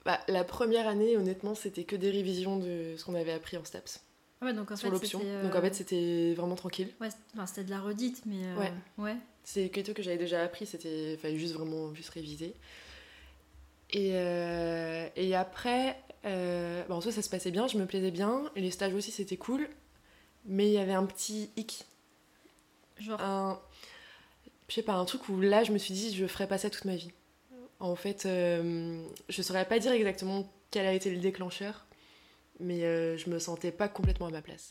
Bah, la première année, honnêtement, c'était que des révisions de ce qu'on avait appris en STAPS. Ouais, donc en sur fait, l'option. c'était... Donc en fait, c'était vraiment tranquille. Ouais, c'était de la redite, mais... Ouais. C'est que tout que j'avais déjà appris, fallait juste réviser. Et après, en soi, ça se passait bien, je me plaisais bien. Et les stages aussi, c'était cool. Mais il y avait un petit hic. Genre je sais pas, un truc où là, je me suis dit, je ferais pas ça toute ma vie. En fait, je saurais pas dire exactement quel a été le déclencheur, mais je me sentais pas complètement à ma place.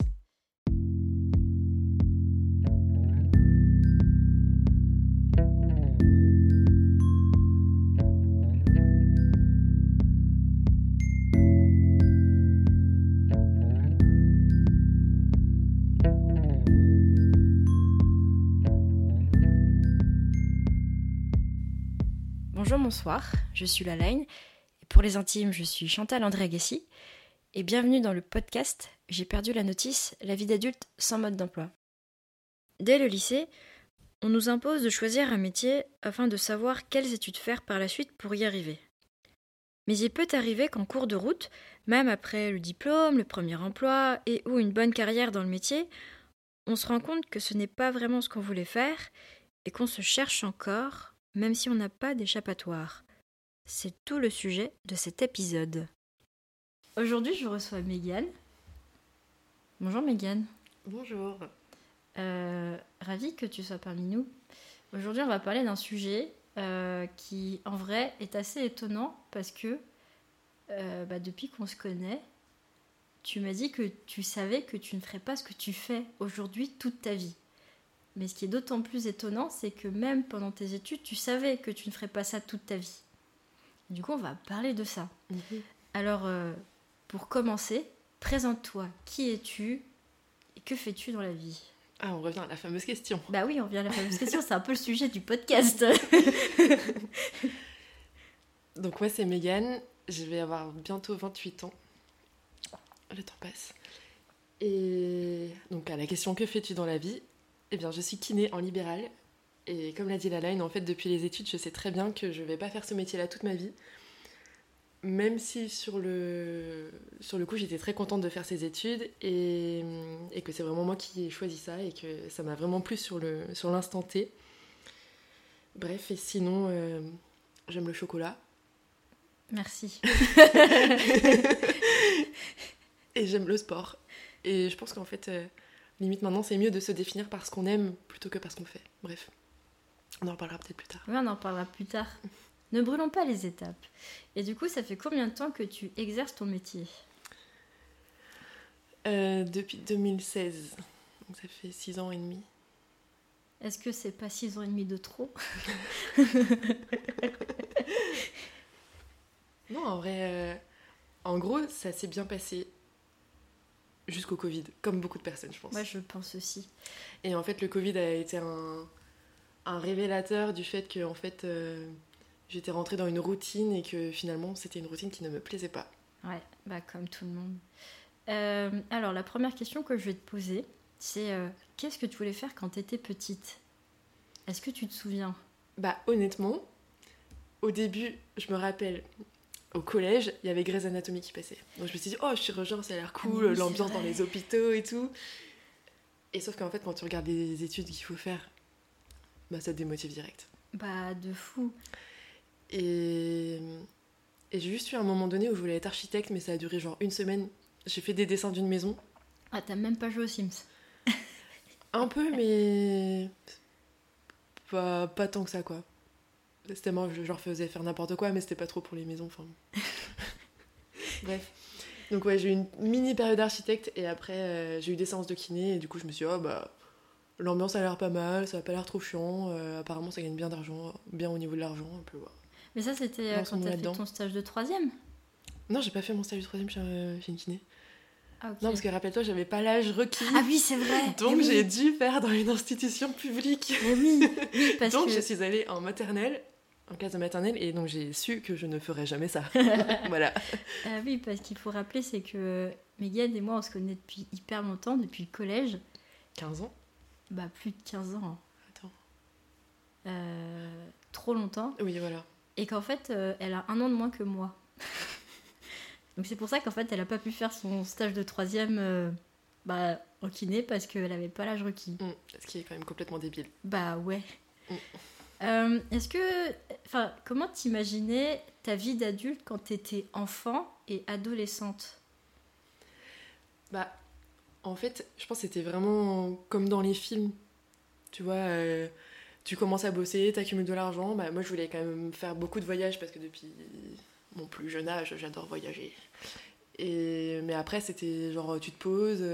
Bonjour, bonsoir, je suis Lalaine, et pour les intimes, je suis Chantal André Agassi, et bienvenue dans le podcast J'ai perdu la notice, la vie d'adulte sans mode d'emploi. Dès le lycée, on nous impose de choisir un métier afin de savoir quelles études faire par la suite pour y arriver. Mais il peut arriver qu'en cours de route, même après le diplôme, le premier emploi et ou une bonne carrière dans le métier, on se rend compte que ce n'est pas vraiment ce qu'on voulait faire et qu'on se cherche encore, même si on n'a pas d'échappatoire. C'est tout le sujet de cet épisode. Aujourd'hui, je reçois Mégane. Bonjour Mégane. Bonjour. Ravie que tu sois parmi nous. Aujourd'hui, on va parler d'un sujet qui, en vrai, est assez étonnant parce que depuis qu'on se connaît, tu m'as dit que tu savais que tu ne ferais pas ce que tu fais aujourd'hui toute ta vie. Mais ce qui est d'autant plus étonnant, c'est que même pendant tes études, tu savais que tu ne ferais pas ça toute ta vie. Du coup, on va parler de ça. Alors, pour commencer, présente-toi. Qui es-tu et que fais-tu dans la vie ? Ah, on revient à la fameuse question. Bah oui, on revient à la fameuse question, c'est un peu le sujet du podcast. Donc moi, c'est Mégane, je vais avoir bientôt 28 ans. Le temps passe. Et donc à la question « Que fais-tu dans la vie ?» Eh bien, je suis kiné en libéral. Et comme l'a dit Lalaine, en fait, depuis les études, je sais très bien que je vais pas faire ce métier-là toute ma vie. Même si sur le coup, j'étais très contente de faire ces études et que c'est vraiment moi qui ai choisi ça et que ça m'a vraiment plu sur l'instant T. Bref, et sinon, j'aime le chocolat. Merci. Et j'aime le sport. Et je pense qu'en fait, limite maintenant, c'est mieux de se définir par ce qu'on aime plutôt que par ce qu'on fait. Bref, on en reparlera peut-être plus tard. Oui, on en reparlera plus tard. Ne brûlons pas les étapes. Et du coup, ça fait combien de temps que tu exerces ton métier ? Depuis 2016. Donc ça fait 6 ans et demi. Est-ce que c'est pas 6 ans et demi de trop ? Non, en vrai, en gros, ça s'est bien passé jusqu'au Covid, comme beaucoup de personnes, je pense. Moi, je pense aussi. Et en fait, le Covid a été un révélateur du fait que, en fait, j'étais rentrée dans une routine et que finalement, c'était une routine qui ne me plaisait pas. Ouais, comme tout le monde. Alors, la première question que je vais te poser, c'est qu'est-ce que tu voulais faire quand tu étais petite ? Est-ce que tu te souviens ? Honnêtement, au début, je me rappelle, au collège, il y avait Grey's Anatomy qui passait. Donc je me suis dit, oh, chirurgien, ça a l'air cool, oui, l'ambiance dans les hôpitaux et tout. Et sauf qu'en fait, quand tu regardes les études qu'il faut faire, ça te démotive direct. De fou. Et j'ai juste eu un moment donné où je voulais être architecte, mais ça a duré genre 1 semaine. J'ai fait des dessins d'une maison. Ah, t'as même pas joué aux Sims ? Un peu, mais pas tant que ça, quoi. C'était moi, je leur faisais faire n'importe quoi, mais c'était pas trop pour les maisons, enfin... Bref. Donc ouais, j'ai eu une mini période d'architecte, et après, j'ai eu des séances de kiné, et du coup, je me suis dit, l'ambiance a l'air pas mal, ça a pas l'air trop chiant, apparemment, ça gagne bien d'argent, bien au niveau de l'argent, un peu, ouais. Mais ça, c'était quand t'as fait ton stage de 3e ? Non, j'ai pas fait mon stage de 3e chez une kiné. Ah, okay. Non, parce que rappelle-toi, j'avais pas l'âge requis. Ah oui, c'est vrai. Donc j'ai dû faire dans une institution publique. Mais oui, parce donc que... je suis allée en classe de maternelle, et donc j'ai su que je ne ferais jamais ça. Voilà. Oui, parce qu'il faut rappeler, c'est que Mégane et moi, on se connaît depuis hyper longtemps, depuis le collège. 15 ans ? Plus de 15 ans. Attends. Trop longtemps. Oui, voilà. Et qu'en fait, elle a 1 an de moins que moi. Donc c'est pour ça qu'en fait, elle a pas pu faire son stage de 3e en kiné parce qu'elle avait pas l'âge requis. Ce qui est quand même complètement débile. Bah ouais. Est-ce que... Enfin, comment t'imaginais ta vie d'adulte quand t'étais enfant et adolescente? Bah, en fait, je pense que c'était vraiment comme dans les films. Tu vois, tu commences à bosser, t'accumules de l'argent. Bah, moi, je voulais quand même faire beaucoup de voyages parce que depuis mon plus jeune âge, j'adore voyager. Mais après, c'était genre, tu te poses,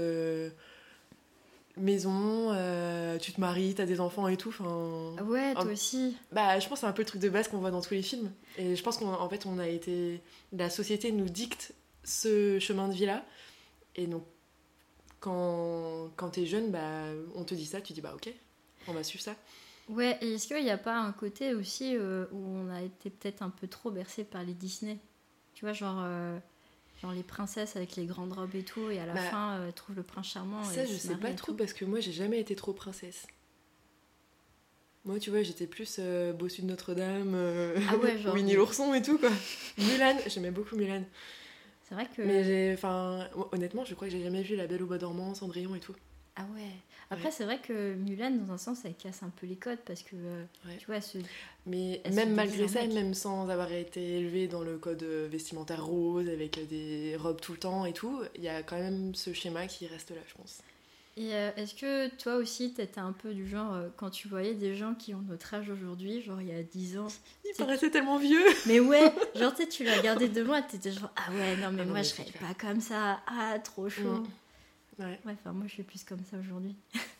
maison, tu te maries, t'as des enfants et tout. Ouais, toi aussi. Bah, je pense que c'est un peu le truc de base qu'on voit dans tous les films. Et je pense qu'en fait, on a été... La société nous dicte ce chemin de vie-là. Et donc, quand t'es jeune, bah, on te dit ça, tu dis, bah ok, on va suivre ça. Ouais, et est-ce qu'il n'y a pas un côté aussi où on a été peut-être un peu trop bercé par les Disney? Tu vois, genre les princesses avec les grandes robes et tout, et à la fin, elles trouvent le prince charmant. Ça, je sais pas trop, parce que moi, j'ai jamais été trop princesse. Moi, tu vois, j'étais plus Bossu de Notre-Dame, Winnie l'ourson et tout, quoi. Mulan, j'aimais beaucoup Mulan. C'est vrai que... Mais honnêtement, je crois que j'ai jamais vu La Belle au Bois dormant, Cendrillon et tout. Ah ouais. Après, c'est vrai que Mulan, dans un sens, elle casse un peu les codes parce que, tu vois, Mais même malgré ça, même sans avoir été élevée dans le code vestimentaire rose, avec des robes tout le temps et tout, il y a quand même ce schéma qui reste là, je pense. Et est-ce que toi aussi, t'étais un peu du genre, quand tu voyais des gens qui ont notre âge aujourd'hui, genre il y a 10 ans... Ils paraissaient tellement vieux. Mais ouais, genre tu sais, tu les regardais de moi, t'étais genre, ah ouais, non mais moi je serais pas comme ça, ah trop chaud. Ouais, enfin moi je suis plus comme ça aujourd'hui.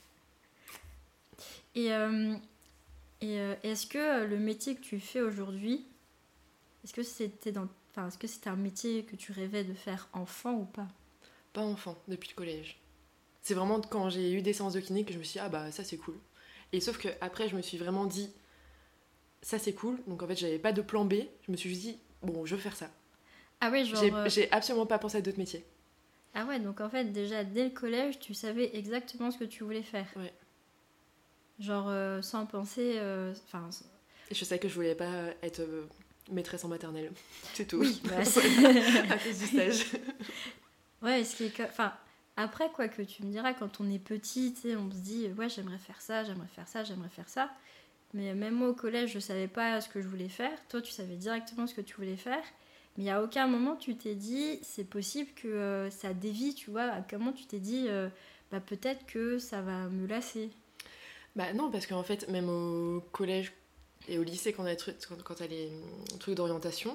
Et est-ce que le métier que tu fais aujourd'hui, est-ce que c'était un métier que tu rêvais de faire enfant ou pas? Pas enfant, depuis le collège. C'est vraiment quand j'ai eu des séances de kiné que je me suis dit, ah bah ça c'est cool. Et sauf que après je me suis vraiment dit, ça c'est cool. Donc en fait j'avais pas de plan B. Je me suis juste dit, bon je veux faire ça. Ah ouais, genre... J'ai absolument pas pensé à d'autres métiers. Ah ouais, donc en fait déjà dès le collège tu savais exactement ce que tu voulais faire. Ouais. Genre sans penser... Et je savais que je voulais pas être maîtresse en maternelle. C'est tout. Oui, bah, à cause du stage. Ouais, ce qui est... Enfin... Après, quoi que tu me diras, quand on est petit, tu sais, on se dit « Ouais, j'aimerais faire ça, j'aimerais faire ça, j'aimerais faire ça. » Mais même moi, au collège, je savais pas ce que je voulais faire. Toi, tu savais directement ce que tu voulais faire. Mais il n'y a aucun moment, tu t'es dit « C'est possible que ça dévie, tu vois. » Comment tu t'es dit peut-être que ça va me lasser. Bah non, parce qu'en fait, même au collège et au lycée, quand t'as les trucs d'orientation,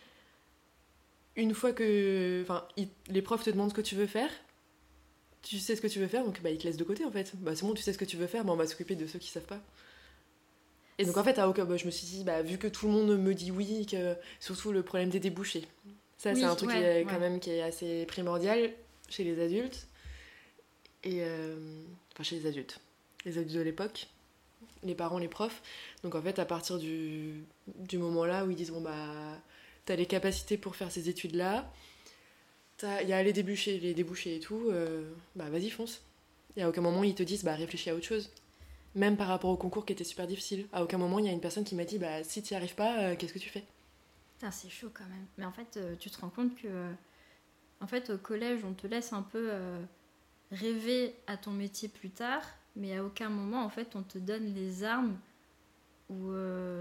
une fois que les profs te demandent ce que tu veux faire, tu sais ce que tu veux faire, donc ils te laissent de côté en fait. Bah c'est bon, tu sais ce que tu veux faire, on va s'occuper de ceux qui savent pas. Et donc en fait, je me suis dit, vu que tout le monde me dit oui, que surtout le problème des débouchés. Ça, oui, c'est un truc qui est assez primordial chez les adultes. Et chez les adultes de l'époque, les parents, les profs. Donc en fait, à partir du moment là où ils disent, t'as les capacités pour faire ces études-là, il y a les débouchés et tout, vas-y fonce. Et à aucun moment ils te disent réfléchis à autre chose. Même par rapport au concours qui était super difficile. À aucun moment il y a une personne qui m'a dit si t'y arrives pas, qu'est-ce que tu fais? Putain, c'est chaud quand même. Mais en fait tu te rends compte que en fait au collège on te laisse un peu rêver à ton métier plus tard, mais à aucun moment en fait on te donne les armes où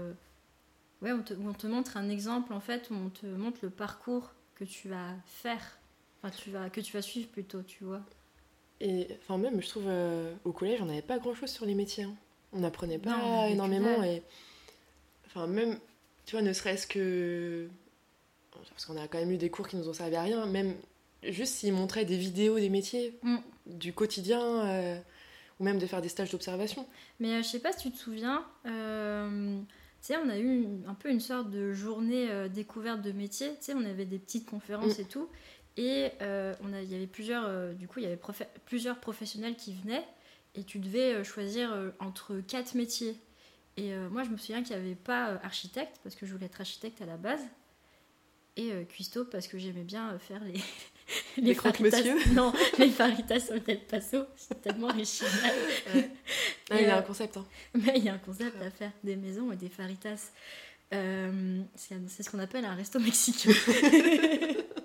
on te montre un exemple en fait, où on te montre le parcours que tu vas faire. Que tu vas suivre plutôt, tu vois. Et même, je trouve, au collège, on n'avait pas grand-chose sur les métiers. Hein. On n'apprenait pas énormément. Et même, tu vois, ne serait-ce que... Parce qu'on a quand même eu des cours qui nous ont servi à rien. Même juste s'ils montraient des vidéos des métiers, du quotidien, ou même de faire des stages d'observation. Mais je sais pas si tu te souviens... tu sais, on a eu un peu une sorte de journée découverte de métiers. Tu sais, on avait des petites conférences et tout. Et il y avait plusieurs professionnels qui venaient. Et tu devais choisir entre 4 métiers. Et moi, je me souviens qu'il n'y avait pas architecte, parce que je voulais être architecte à la base. Et cuistot, parce que j'aimais bien faire les croque-monsieur. Non, les faritas au Del Paso. C'est tellement original. Ouais. Il y a un concept. Hein. Mais il y a un concept à faire des maisons et des faritas. C'est ce qu'on appelle un resto mexicain.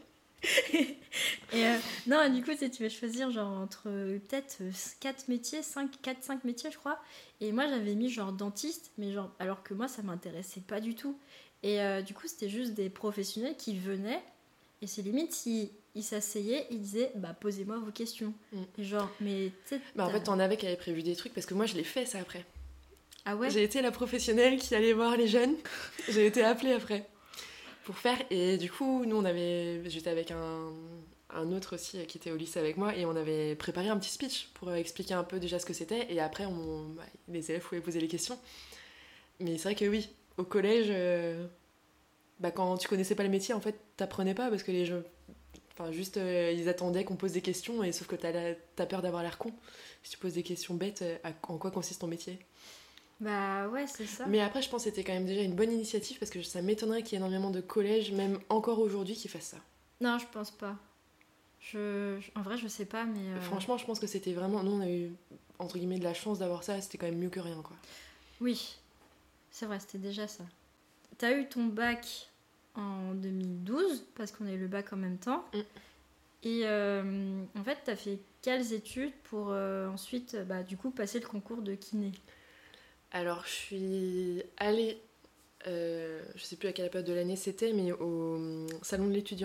Et non, du coup, tu vas choisir genre entre peut-être 4 métiers, 4-5 métiers, je crois. Et moi, j'avais mis genre dentiste, mais genre, alors que moi, ça m'intéressait pas du tout. Et du coup, c'était juste des professionnels qui venaient. Et c'est limite, s'ils s'asseyaient, ils disaient, bah, posez-moi vos questions. Et genre, mais tu sais. Bah, en fait, t'en avais qui avaient prévu des trucs parce que moi, je l'ai fait ça après. Ah ouais? J'ai été la professionnelle qui allait voir les jeunes. J'ai été appelée après pour faire. Et du coup, nous, j'étais avec un autre aussi qui était au lycée avec moi et on avait préparé un petit speech pour expliquer un peu déjà ce que c'était. Et après, les élèves pouvaient poser les questions. Mais c'est vrai que oui, au collège, quand tu connaissais pas le métier, en fait, t'apprenais pas parce que les gens. Enfin, juste, ils attendaient qu'on pose des questions, et sauf que t'as peur d'avoir l'air con. Si tu poses des questions bêtes, en quoi consiste ton métier? Bah ouais, c'est ça. Mais après, je pense que c'était quand même déjà une bonne initiative, parce que ça m'étonnerait qu'il y ait énormément de collèges, même encore aujourd'hui, qui fassent ça. Non, je pense pas. En vrai, je sais pas, mais... Franchement, je pense que c'était vraiment... Nous, on a eu, entre guillemets, de la chance d'avoir ça, c'était quand même mieux que rien, quoi. Oui, c'est vrai, c'était déjà ça. T'as eu ton bac en 2012, parce qu'on a eu le bac en même temps. Et en fait, t'as fait quelles études pour ensuite, du coup, passer le concours de kiné? Alors, je suis allée, je sais plus à quelle période de l'année c'était, mais au salon de l'étudiant.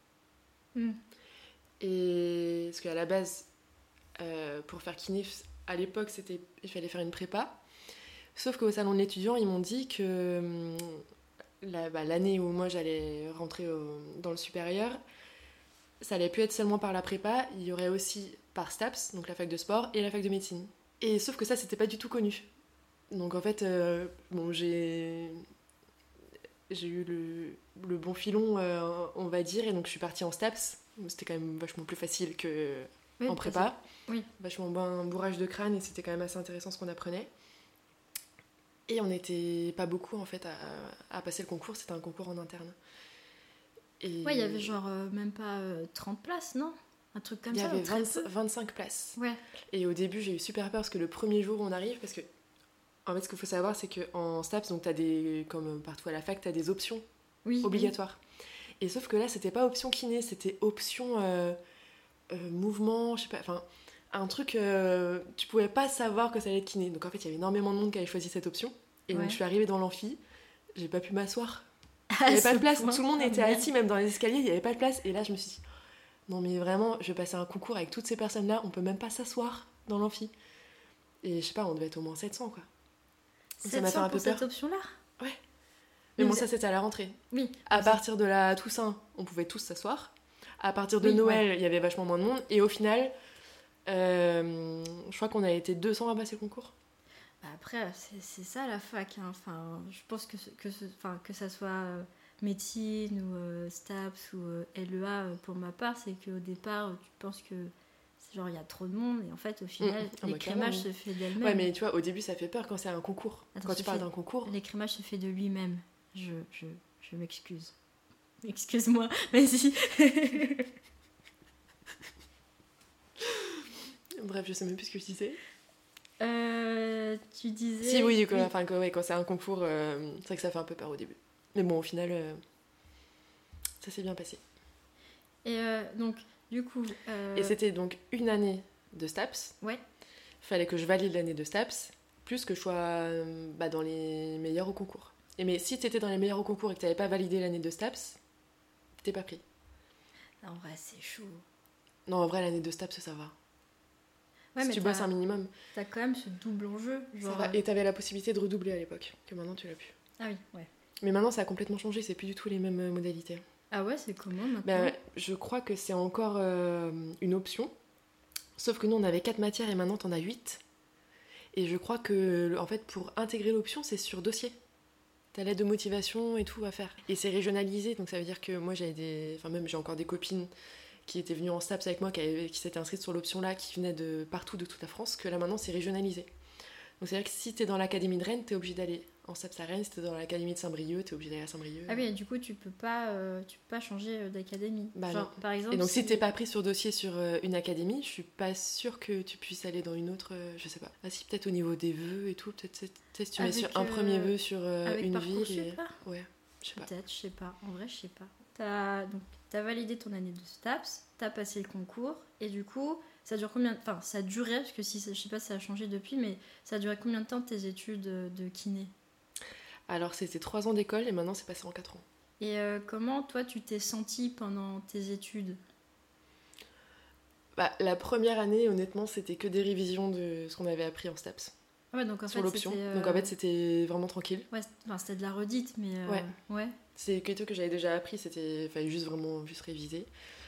Et parce qu'à la base, pour faire kiné, à l'époque, il fallait faire une prépa. Sauf qu'au salon de l'étudiant, ils m'ont dit que l'année où moi j'allais rentrer dans le supérieur, ça allait plus être seulement par la prépa, il y aurait aussi par STAPS, donc la fac de sport, et la fac de médecine. Et sauf que ça, c'était pas du tout connu. Donc en fait, j'ai eu le bon filon, on va dire, et donc je suis partie en STAPS. C'était quand même vachement plus facile en prépa. Oui. Vachement un bourrage de crâne, et c'était quand même assez intéressant ce qu'on apprenait. Et on n'était pas beaucoup en fait à passer le concours, c'était un concours en interne. Ouais, il y avait genre même pas 30 places, non? Un truc comme ça. Il y avait 25 places. Ouais. Et au début, j'ai eu super peur parce que le premier jour où on arrive, parce que en fait, ce qu'il faut savoir, c'est qu'en STAPS, donc comme partout à la fac, tu as des options obligatoires. Et sauf que là, c'était pas option kiné, c'était option mouvement, je sais pas, enfin, un truc, tu pouvais pas savoir que ça allait être kiné. Donc en fait, il y avait énormément de monde qui avait choisi cette option. Et donc je suis arrivée dans l'amphi, j'ai pas pu m'asseoir. Il n'y avait pas de place, tout le monde était assis, même dans les escaliers, il n'y avait pas de place. Et là, je me suis dit, non mais vraiment, je vais passer un concours avec toutes ces personnes-là, on peut même pas s'asseoir dans l'amphi. Et je sais pas, on devait être au moins 700, quoi. Donc, ça m'a fait un peu peur. Cette option-là? Ouais. Mais bon, ça c'était à la rentrée. Oui. À partir de la Toussaint, on pouvait tous s'asseoir. À partir de Noël, il y avait vachement moins de monde. Et au final, je crois qu'on a été 200 à passer le concours. Après, c'est ça la fac. Hein. Enfin, je pense que ça soit médecine ou STAPS ou LEA, pour ma part, c'est qu'au départ, tu penses que genre il y a trop de monde et en fait au final l'écrémage se fait d'elle-même. Ouais, mais tu vois, au début ça fait peur quand c'est un concours. Attends, quand tu parles d'un concours, l'écrémage se fait de lui-même. Je m'excuse. Excuse-moi, vas-y. Bref, je sais même plus ce que je disais. Tu disais... Si, oui, quand c'est un concours, c'est vrai que ça fait un peu peur au début. Mais bon, au final, ça s'est bien passé. Et donc, du coup... Et c'était donc une année de STAPS. Ouais. Il fallait que je valide l'année de STAPS, plus que je sois dans les meilleurs au concours. Mais si t'étais dans les meilleurs au concours et que t'avais pas validé l'année de STAPS, t'es pas pris. En vrai, c'est chaud. Non, en vrai, l'année de STAPS, ça va. Ouais, si mais tu bosses un minimum. T'as quand même ce double enjeu. Genre... Ça va. Et t'avais la possibilité de redoubler à l'époque, que maintenant tu l'as plus. Ah oui, ouais. Mais maintenant, ça a complètement changé, c'est plus du tout les mêmes modalités. Ah ouais, c'est comment maintenant? Je crois que c'est encore une option. Sauf que nous, on avait 4 matières et maintenant, t'en as 8. Et je crois que, en fait, pour intégrer l'option, c'est sur dossier. T'as l'aide de motivation et tout à faire. Et c'est régionalisé, donc ça veut dire que moi, j'ai encore des copines qui étaient venues en STAPS avec moi, qui s'étaient inscrites sur l'option-là, qui venaient de partout, de toute la France, que là, maintenant, c'est régionalisé. Donc c'est-à-dire que si t'es dans l'académie de Rennes, t'es obligé d'aller en STAPS à Rennes. Si t'es dans l'académie de Saint-Brieuc, t'es obligé d'aller à Saint-Brieuc. Ah oui, et du coup, tu peux pas changer d'académie. Genre, par exemple, et donc si t'es pas pris sur dossier sur une académie, je suis pas sûre que tu puisses aller dans une autre, je sais pas. Ah si, peut-être au niveau des vœux et tout, peut-être si tu mets sur un premier vœu sur une ville. Et... Ouais, je sais pas. Peut-être, je sais pas. En vrai, je sais pas. t'as validé ton année de STAPS, t'as passé le concours, et du coup, ça dure combien... Enfin, ça durait, parce que je sais pas si ça a changé depuis, mais ça a duré combien de temps tes études de kiné? Alors, c'était 3 ans d'école et maintenant, c'est passé en 4 ans. Et comment, toi, tu t'es sentie pendant tes études? Bah, la première année, honnêtement, c'était que des révisions de ce qu'on avait appris en STAPS. Ah ouais, donc en sur fait, l'option. c'était... Donc en fait, c'était vraiment tranquille. Ouais, c'était de la redite, mais... Ouais. Ouais. C'est quelque chose que j'avais déjà appris, fallait juste réviser.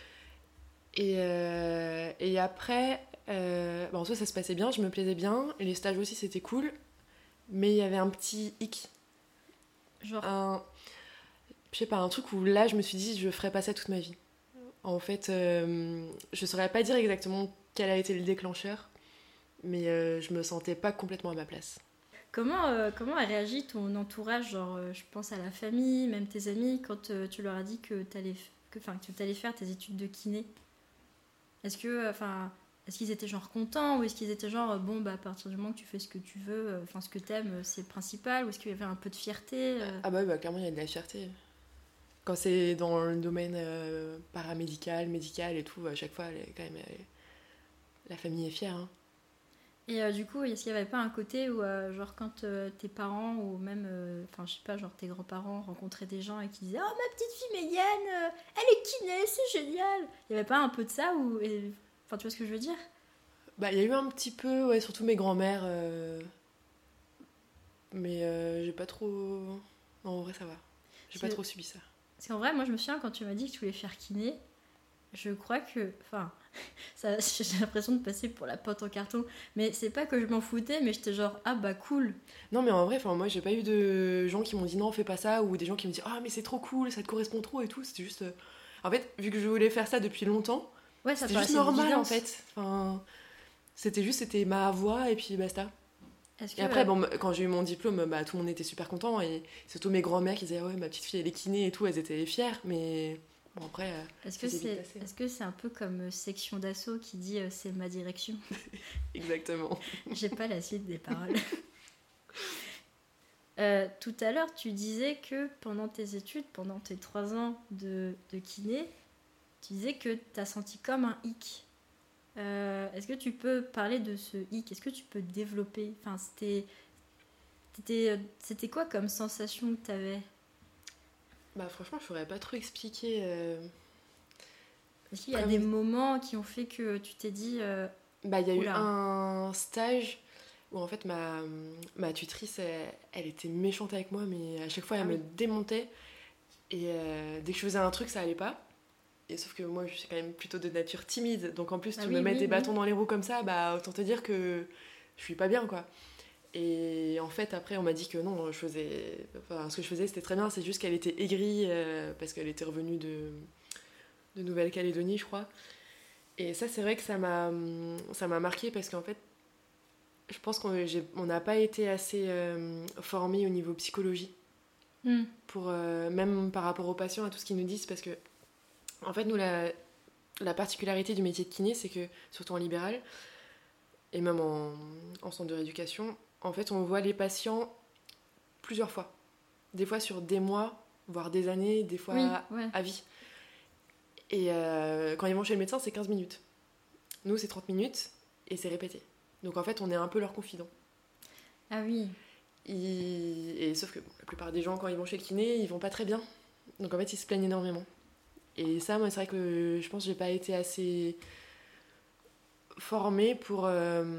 Et après, en soi, ça se passait bien, je me plaisais bien. Et les stages aussi, c'était cool. Mais il y avait un petit hic. Genre... Je sais pas, un truc où là, je me suis dit, je ferais pas ça toute ma vie. En fait, je saurais pas dire exactement quel a été le déclencheur, mais je me sentais pas complètement à ma place. Comment a réagi ton entourage, genre je pense à la famille, même tes amis, quand tu leur as dit que t'allais faire tes études de kiné? Est-ce qu'ils étaient genre contents, ou est-ce qu'ils étaient genre bon bah à partir du moment que tu fais ce que tu veux, ce que t'aimes, c'est le principal, ou est-ce qu'il y avait un peu de fierté? Ah bah clairement il y a de la fierté. Quand c'est dans le domaine paramédical, médical et tout, à chaque fois la famille est fière. Hein. Et du coup, est-ce qu'il n'y avait pas un côté où, genre, quand tes parents ou même, je sais pas, genre tes grands-parents rencontraient des gens et qui disaient « Oh, ma petite fille Mégane, elle est kiné, c'est génial !» Il n'y avait pas un peu de ça ou... Enfin, tu vois ce que je veux dire? Bah, il y a eu un petit peu, ouais, surtout mes grands-mères. Mais j'ai pas trop... Non, en vrai, ça va. J'ai pas trop subi ça. Parce qu'en vrai, moi, je me souviens quand tu m'as dit que tu voulais faire kiné, je crois que... Enfin, j'ai l'impression de passer pour la pote en carton. Mais c'est pas que je m'en foutais, mais j'étais genre, ah bah cool. Non, mais en vrai, moi, j'ai pas eu de gens qui m'ont dit non, fais pas ça, ou des gens qui me disent ah, mais c'est trop cool, ça te correspond trop et tout. C'était juste. En fait, vu que je voulais faire ça depuis longtemps, ouais, ça c'était juste normal en fait. Enfin, c'était ma voie et puis basta. Et après, quand j'ai eu mon diplôme, bah, tout le monde était super content. Et surtout mes grands-mères qui disaient ouais, ma petite fille elle est kiné et tout, elles étaient fières. Mais bon, après. Est-ce que c'est un peu comme section d'assaut qui dit c'est ma direction? Exactement. J'ai pas la suite des paroles. Tout à l'heure, tu disais que pendant tes études, pendant tes 3 ans de kiné, tu disais que t'as senti comme un hic. Est-ce que tu peux parler de ce hic? Est-ce que tu peux développer? Enfin, c'était quoi comme sensation que t'avais? Bah franchement, je pourrais pas trop expliquer. Est-ce qu'il y a des moments qui ont fait que tu t'es dit... Bah il y a eu un stage où en fait ma tutrice, elle était méchante avec moi, mais à chaque fois elle me démontait. Et dès que je faisais un truc, ça allait pas. Et sauf que moi, je suis quand même plutôt de nature timide. Donc en plus, tu me mets des bâtons dans les roues comme ça, bah autant te dire que je suis pas bien, quoi. Et en fait, après, on m'a dit que non, ce que je faisais, c'était très bien. C'est juste qu'elle était aigrie parce qu'elle était revenue de Nouvelle-Calédonie, je crois. Et ça, c'est vrai que ça m'a marqué parce qu'en fait, je pense qu'on n'a pas été assez formés au niveau psychologie. Pour, même par rapport aux patients, à tout ce qu'ils nous disent, parce que en fait, nous, la particularité du métier de kiné, c'est que, surtout en libéral, et même en centre de rééducation, en fait, on voit les patients plusieurs fois. Des fois sur des mois, voire des années, des fois à vie. Et quand ils vont chez le médecin, c'est 15 minutes. Nous, c'est 30 minutes, et c'est répété. Donc en fait, on est un peu leur confident. Ah oui. Et sauf que la plupart des gens, quand ils vont chez le kiné, ils vont pas très bien. Donc en fait, ils se plaignent énormément. Et ça, moi, c'est vrai que je pense que j'ai pas été assez formée pour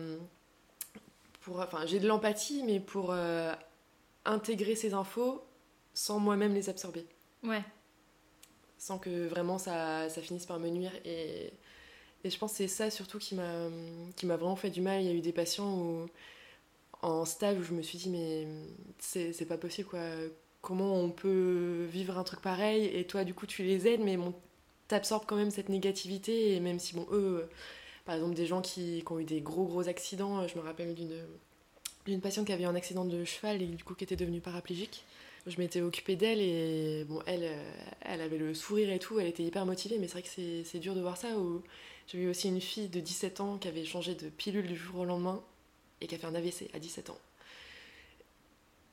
enfin, j'ai de l'empathie, mais pour intégrer ces infos sans moi-même les absorber. Ouais. Sans que vraiment ça finisse par me nuire. Et je pense que c'est ça surtout qui m'a vraiment fait du mal. Il y a eu des patients en stage où je me suis dit, mais c'est pas possible, quoi. Comment on peut vivre un truc pareil et toi du coup tu les aides mais bon, t'absorbes quand même cette négativité. Et même si bon, eux, par exemple des gens qui ont eu des gros accidents, je me rappelle d'une patiente qui avait eu un accident de cheval et du coup qui était devenue paraplégique. Je m'étais occupée d'elle et bon, elle avait le sourire et tout, elle était hyper motivée, mais c'est vrai que c'est dur de voir ça. J'ai eu aussi une fille de 17 ans qui avait changé de pilule du jour au lendemain et qui a fait un AVC à 17 ans.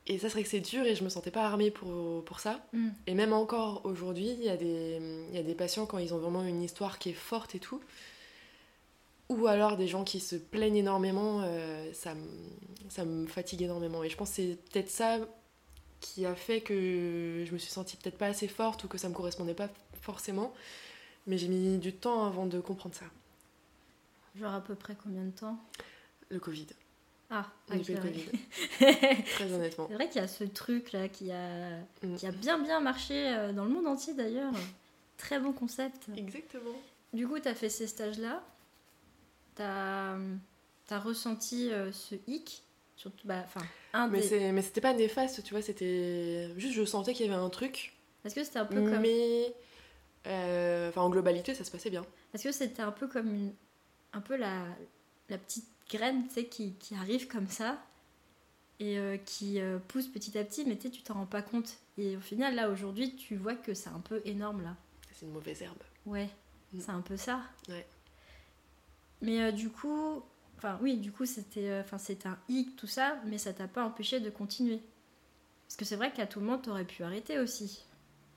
Et ça, c'est vrai que c'est dur et je me sentais pas armée pour ça. Et même encore aujourd'hui, il y a des patients, quand ils ont vraiment une histoire qui est forte et tout, ou alors des gens qui se plaignent énormément, ça me fatigue énormément. Et je pense que c'est peut-être ça qui a fait que je me suis sentie peut-être pas assez forte ou que ça me correspondait pas forcément. Mais j'ai mis du temps avant de comprendre ça. Genre à peu près combien de temps? Le Covid. Ah, Depuis le Covid. Très honnêtement. C'est vrai qu'il y a ce truc-là qui a bien marché dans le monde entier d'ailleurs. Très bon concept. Exactement. Du coup, tu as fait ces stages-là. T'as ressenti ce hic. Surtout, mais c'était pas néfaste, tu vois. C'était juste, je sentais qu'il y avait un truc. Est-ce que c'était un peu comme... Mais... en globalité, ça se passait bien. Est-ce que c'était un peu comme un peu la petite graine, tu sais, qui arrive comme ça et qui pousse petit à petit, mais tu t'en rends pas compte. Et au final, là, aujourd'hui, tu vois que c'est un peu énorme, là. C'est une mauvaise herbe. Ouais, c'est un peu ça. Ouais. Mais du coup... Enfin, oui, du coup, c'était un hic, tout ça, mais ça t'a pas empêché de continuer. Parce que c'est vrai qu'à tout moment, t'aurais pu arrêter aussi.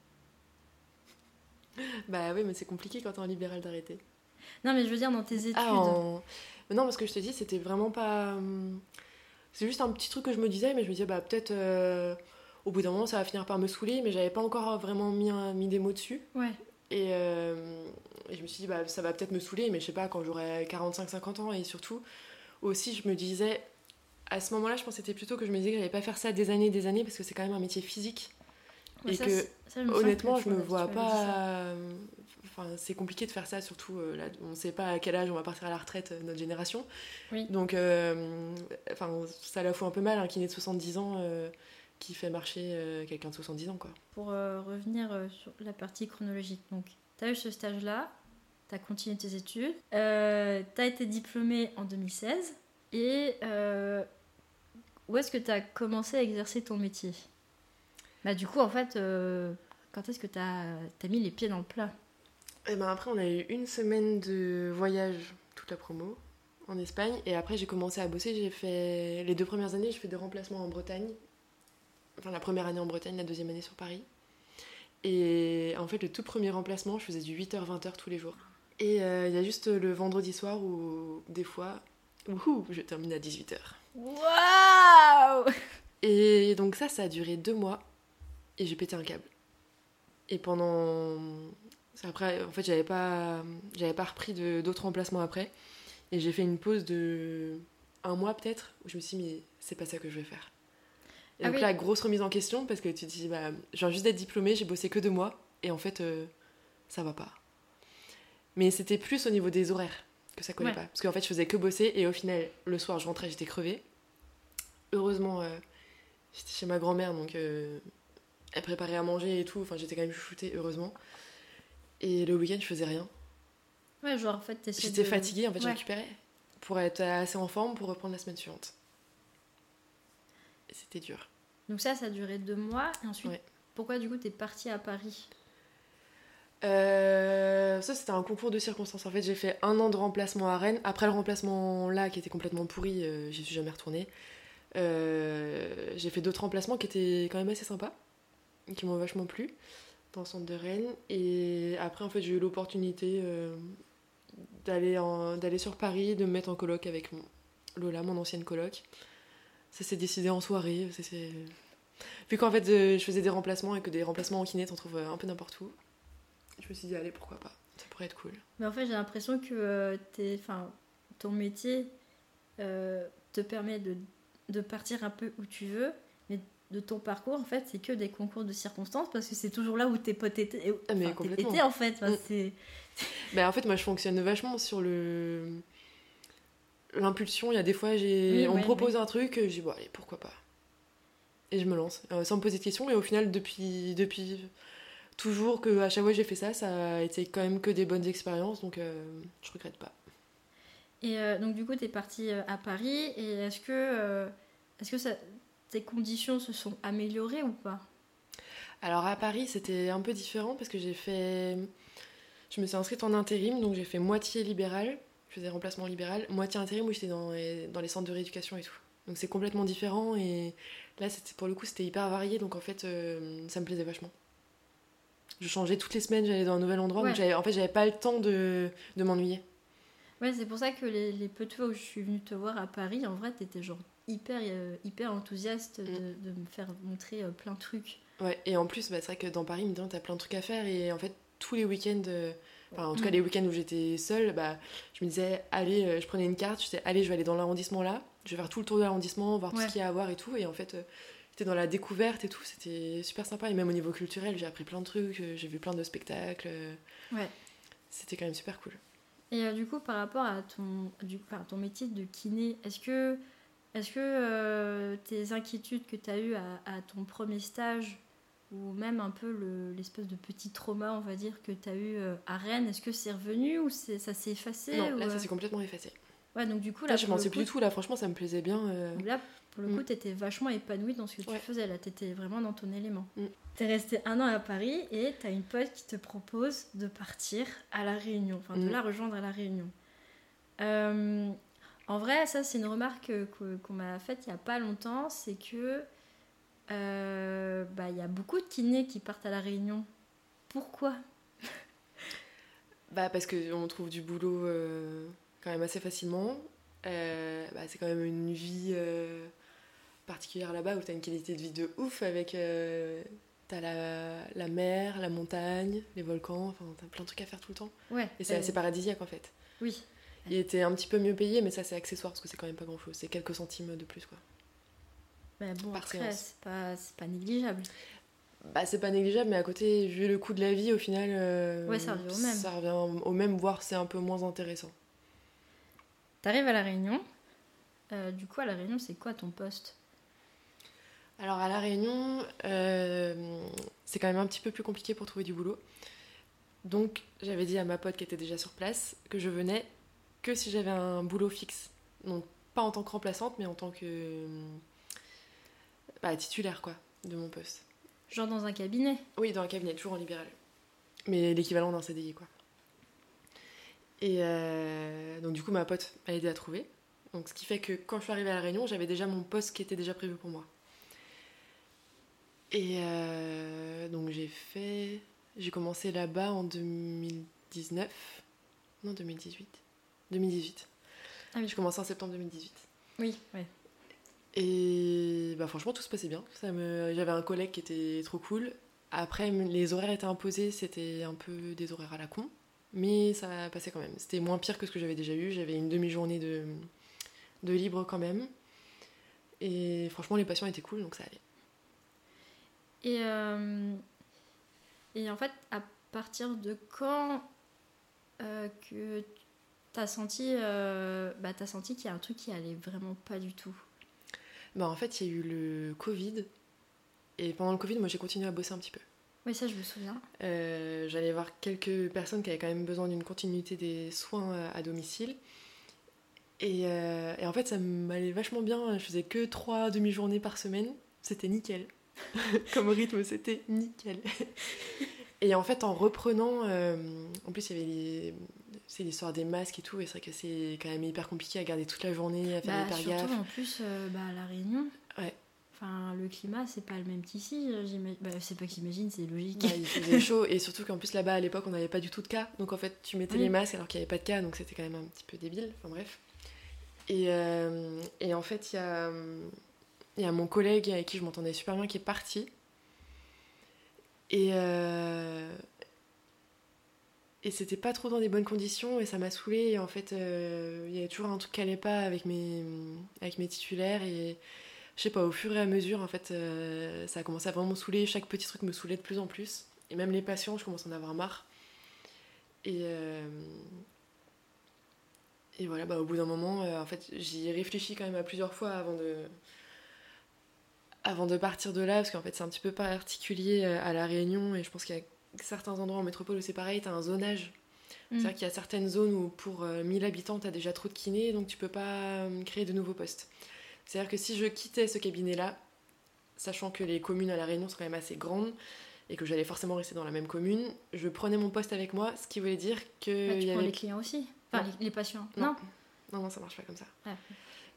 Bah oui, mais c'est compliqué quand t'es en libéral d'arrêter. Non, mais je veux dire, dans tes études... Non, parce que je te dis, c'était vraiment pas... C'est juste un petit truc que je me disais, mais je me disais, bah peut-être au bout d'un moment, ça va finir par me saouler, mais j'avais pas encore vraiment mis des mots dessus. Ouais. Et je me suis dit, bah ça va peut-être me saouler, mais je sais pas, quand j'aurai 45-50 ans, et surtout, aussi, je me disais... À ce moment-là, je pense que c'était plutôt que je me disais que j'allais pas faire ça des années, parce que c'est quand même un métier physique. Ouais, et honnêtement, je me vois pas... Enfin, c'est compliqué de faire ça, surtout là, on sait pas à quel âge on va partir à la retraite, notre génération. Oui. Donc, ça la fout un peu mal, un kiné de 70 ans qui fait marcher quelqu'un de 70 ans, quoi. Pour revenir sur la partie chronologique, donc, t'as eu ce stage-là, t'as continué tes études, t'as été diplômée en 2016, et où est-ce que t'as commencé à exercer ton métier ? Bah du coup, en fait, quand est-ce que t'as mis les pieds dans le plat ? Et ben après, on a eu une semaine de voyage, toute la promo, en Espagne. Et après, j'ai commencé à bosser. J'ai fait... Les 2 premières années, j'ai fait des remplacements en Bretagne. Enfin, la première année en Bretagne, la deuxième année sur Paris. Et en fait, le tout premier remplacement, je faisais du 8h-20h tous les jours. Et il y a juste le vendredi soir où, des fois, je termine à 18h. Waouh ! Et donc ça a duré 2 mois. Et j'ai pété un câble. Et pendant... Après, en fait, j'avais pas repris d'autres remplacements après. Et j'ai fait une pause de 1 mois peut-être, où je me suis dit, mais c'est pas ça que je vais faire. Et donc là, grosse remise en question, parce que tu te dis, bah, je viens juste d'être diplômée, j'ai bossé que 2 mois, et en fait, ça va pas. Mais c'était plus au niveau des horaires que ça collait pas. Parce qu'en fait, je faisais que bosser, et au final, le soir, je rentrais, j'étais crevée. Heureusement, j'étais chez ma grand-mère, donc elle préparait à manger et tout, enfin, j'étais quand même chouchoutée, heureusement. Et le week-end, je faisais rien. Ouais, genre en fait, j'étais fatiguée, en fait, je récupérais pour être assez en forme pour reprendre la semaine suivante. Et c'était dur. Donc ça a duré 2 mois. Et ensuite, pourquoi du coup t'es partie à Paris ? Ça, c'était un concours de circonstances. En fait, j'ai fait 1 an de remplacement à Rennes. Après le remplacement là, qui était complètement pourri, j'y suis jamais retournée. J'ai fait d'autres remplacements qui étaient quand même assez sympas, qui m'ont vachement plu, dans le centre de Rennes. Et après, en fait, j'ai eu l'opportunité d'aller sur Paris, de me mettre en coloc avec Lola, mon ancienne coloc. Ça s'est décidé en soirée. Vu qu'en fait, je faisais des remplacements et que des remplacements en kiné, t'en trouves un peu n'importe où. Je me suis dit, allez, pourquoi pas, ça pourrait être cool. Mais en fait, j'ai l'impression que ton métier te permet de partir un peu où tu veux, mais de ton parcours, en fait, c'est que des concours de circonstances, parce que c'est toujours là où tes potes étaient, en fait. En fait, moi, je fonctionne vachement sur l'impulsion. Il y a des fois, on me propose un truc, je dis, bon, allez, pourquoi pas. Et je me lance, sans me poser de questions. Et au final, depuis toujours qu'à chaque fois que j'ai fait ça, ça a été quand même que des bonnes expériences, donc je regrette pas. Et donc du coup, t'es partie à Paris, et est-ce que tes conditions se sont améliorées ou pas ? Alors à Paris, c'était un peu différent, parce que je me suis inscrite en intérim, donc j'ai fait moitié libéral, je faisais remplacement libéral, moitié intérim où j'étais dans les centres de rééducation et tout. Donc c'est complètement différent, et Là, pour le coup, c'était hyper varié, donc en fait, ça me plaisait vachement. Je changeais toutes les semaines, j'allais dans un nouvel endroit, Ouais. donc j'avais pas le temps de m'ennuyer. Ouais, c'est pour ça que les peu de fois où je suis venue te voir à Paris, en vrai, t'étais genre hyper enthousiaste de me faire montrer plein de trucs. Ouais, et en plus, c'est vrai que dans Paris, maintenant, t'as plein de trucs à faire, et en fait, tous les week-ends, en tout cas les week-ends où j'étais seule, je me disais, allez, je prenais une carte, je disais, allez, je vais aller dans l'arrondissement là, je vais faire tout le tour de l'arrondissement, voir tout ce qu'il y a à voir et tout, et en fait, j'étais dans la découverte et tout, c'était super sympa, et même au niveau culturel, j'ai appris plein de trucs, j'ai vu plein de spectacles, Ouais. c'était quand même super cool. Et du coup, par rapport à ton métier de kiné, est-ce que tes inquiétudes que tu as eues à ton premier stage, ou même un peu l'espèce de petit trauma, on va dire, que tu as eu à Rennes, est-ce que c'est revenu ou ça s'est effacé Non, ou... là, ça s'est complètement effacé. Ouais, donc du coup, là je pensais plus du tout, là, franchement, ça me plaisait bien. Donc là, pour le coup, t'étais vachement épanouie dans ce que tu faisais, là, t'étais vraiment dans ton élément. T'es restée 1 an à Paris et t'as une pote qui te propose de partir à La Réunion, enfin de la rejoindre à La Réunion. En vrai, ça, c'est une remarque qu'on m'a faite il y a pas longtemps, c'est que y a beaucoup de kinés qui partent à La Réunion. Pourquoi ? Parce qu'on trouve du boulot quand même assez facilement. C'est quand même une vie particulière là-bas où t'as une qualité de vie de ouf avec t'as la mer, la montagne, les volcans, enfin t'as plein de trucs à faire tout le temps. Ouais, et c'est assez paradisiaque en fait. Oui. Il était un petit peu mieux payé, mais ça c'est accessoire parce que c'est quand même pas grand chose, c'est quelques centimes de plus quoi. Mais bon, par après, séance. c'est pas négligeable. C'est pas négligeable, mais à côté, vu le coût de la vie, au final, ça revient au même. Ça revient au même, voire c'est un peu moins intéressant. T'arrives à La Réunion. Du coup, à La Réunion, c'est quoi ton poste ? Alors, à La Réunion, c'est quand même un petit peu plus compliqué pour trouver du boulot. Donc, j'avais dit à ma pote qui était déjà sur place que je venais que si j'avais un boulot fixe. Donc, pas en tant que remplaçante, mais en tant que titulaire, quoi, de mon poste. Genre dans un cabinet ? Oui, dans un cabinet, toujours en libéral. Mais l'équivalent d'un CDI, quoi. Et donc du coup, ma pote m'a aidé à trouver. Donc ce qui fait que quand je suis arrivée à La Réunion, j'avais déjà mon poste qui était déjà prévu pour moi. Et donc j'ai commencé là-bas en 2019. Non, 2018. 2018. Ah oui. J'ai commencé en septembre 2018. Oui, ouais. Et franchement, tout se passait bien. J'avais un collègue qui était trop cool. Après, les horaires étaient imposés, c'était un peu des horaires à la con. Mais ça passait quand même. C'était moins pire que ce que j'avais déjà eu. J'avais une demi-journée de libre quand même. Et franchement, les patients étaient cool, donc ça allait. Et en fait, à partir de quand que t'as senti qu'il y a un truc qui allait vraiment pas du tout ? En fait, il y a eu le Covid. Et pendant le Covid, moi, j'ai continué à bosser un petit peu. Oui, ça, je me souviens. J'allais voir quelques personnes qui avaient quand même besoin d'une continuité des soins à domicile. Et en fait, ça m'allait vachement bien. Je faisais que 3 demi-journées par semaine. C'était nickel. Comme rythme, c'était nickel. Et en fait, en reprenant... en plus, il y avait l'histoire des masques et tout. Et c'est vrai que c'est quand même hyper compliqué à garder toute la journée, à faire hyper gaffe. Surtout, en plus, à La Réunion... Ouais. Enfin, le climat, c'est pas le même qu'ici. C'est pas que j'imagine, c'est logique. Il faisait chaud, et surtout qu'en plus là-bas à l'époque on n'avait pas du tout de cas, donc en fait tu mettais les masques alors qu'il n'y avait pas de cas, donc c'était quand même un petit peu débile. Enfin bref. Et en fait il y a mon collègue avec qui je m'entendais super bien qui est parti. Et c'était pas trop dans des bonnes conditions et ça m'a saoulée. Et en fait il y avait toujours un truc qui allait pas avec mes titulaires et je sais pas, au fur et à mesure, en fait, ça a commencé à vraiment me saouler. Chaque petit truc me saoulait de plus en plus. Et même les patients, je commence à en avoir marre. Et voilà, au bout d'un moment, en fait, j'y ai réfléchi quand même à plusieurs fois avant de partir de là, parce qu'en fait, c'est un petit peu particulier à La Réunion. Et je pense qu'il y a certains endroits en métropole où c'est pareil, t'as un zonage. C'est-à-dire qu'il y a certaines zones où pour 1000 habitants, t'as déjà trop de kinés, donc tu peux pas créer de nouveaux postes. C'est-à-dire que si je quittais ce cabinet-là, sachant que les communes à La Réunion sont quand même assez grandes et que j'allais forcément rester dans la même commune, je prenais mon poste avec moi, ce qui voulait dire que... tu prends les clients aussi ? Enfin, les patients ? Non, ça marche pas comme ça. Ouais.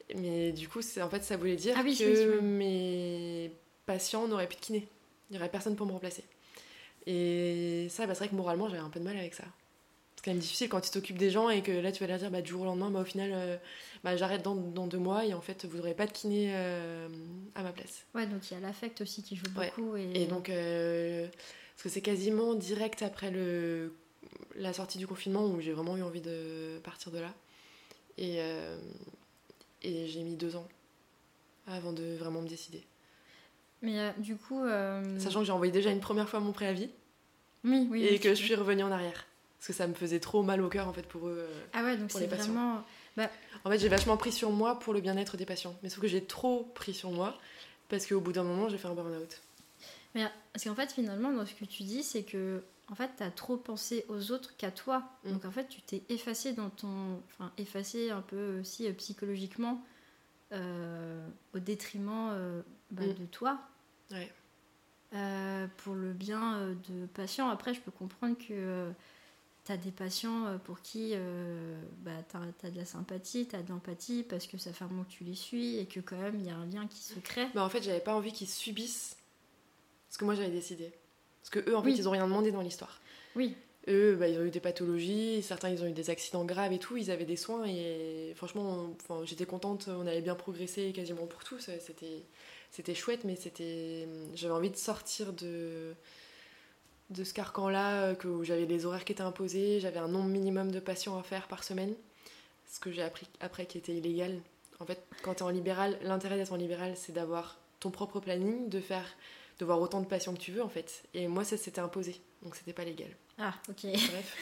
Mais du coup, en fait, ça voulait dire Ah oui, que oui. mes patients n'auraient plus de kiné. Il n'y aurait personne pour me remplacer. Et ça, c'est vrai que moralement, j'avais un peu de mal avec ça. C'est quand même difficile quand tu t'occupes des gens et que là, tu vas leur dire du jour au lendemain, au final, j'arrête dans 2 mois et en fait, vous n'aurez pas de kiné à ma place. Ouais, donc il y a l'affect aussi qui joue Ouais. beaucoup. Et donc, parce que c'est quasiment direct après la sortie du confinement où j'ai vraiment eu envie de partir de là. Et j'ai mis 2 ans avant de vraiment me décider. Mais du coup... Sachant que j'ai envoyé déjà une première fois mon préavis Oui, et que je suis revenue en arrière. Parce que ça me faisait trop mal au cœur en fait pour eux. Ah ouais, donc pour c'est les patients. vraiment... En fait, j'ai vachement pris sur moi pour le bien-être des patients. Mais sauf que j'ai trop pris sur moi parce qu'au bout d'un moment, j'ai fait un burn-out. Mais parce qu'en fait, finalement, dans ce que tu dis, c'est que en fait, t'as trop pensé aux autres qu'à toi. Donc en fait, tu t'es effacé effacé un peu aussi psychologiquement au détriment de toi. Ouais. Pour le bien de patients. Après, je peux comprendre que t'as des patients pour qui t'as de la sympathie, t'as de l'empathie parce que ça fait un moment que tu les suis et que quand même il y a un lien qui se crée. En fait, j'avais pas envie qu'ils subissent ce que moi j'avais décidé. Parce que eux, en fait, ils ont rien demandé dans l'histoire. Oui. Eux, ils ont eu des pathologies, certains ils ont eu des accidents graves et tout, ils avaient des soins et franchement, j'étais contente, on avait bien progressé quasiment pour tous, c'était chouette, mais j'avais envie de sortir de ce carcan-là, où j'avais les horaires qui étaient imposés, j'avais un nombre minimum de patients à faire par semaine, ce que j'ai appris après qui était illégal. En fait, quand t'es en libéral, l'intérêt d'être en libéral, c'est d'avoir ton propre planning, de voir autant de patients que tu veux en fait. Et moi, ça s'était imposé, donc c'était pas légal. Ah, ok. Bref.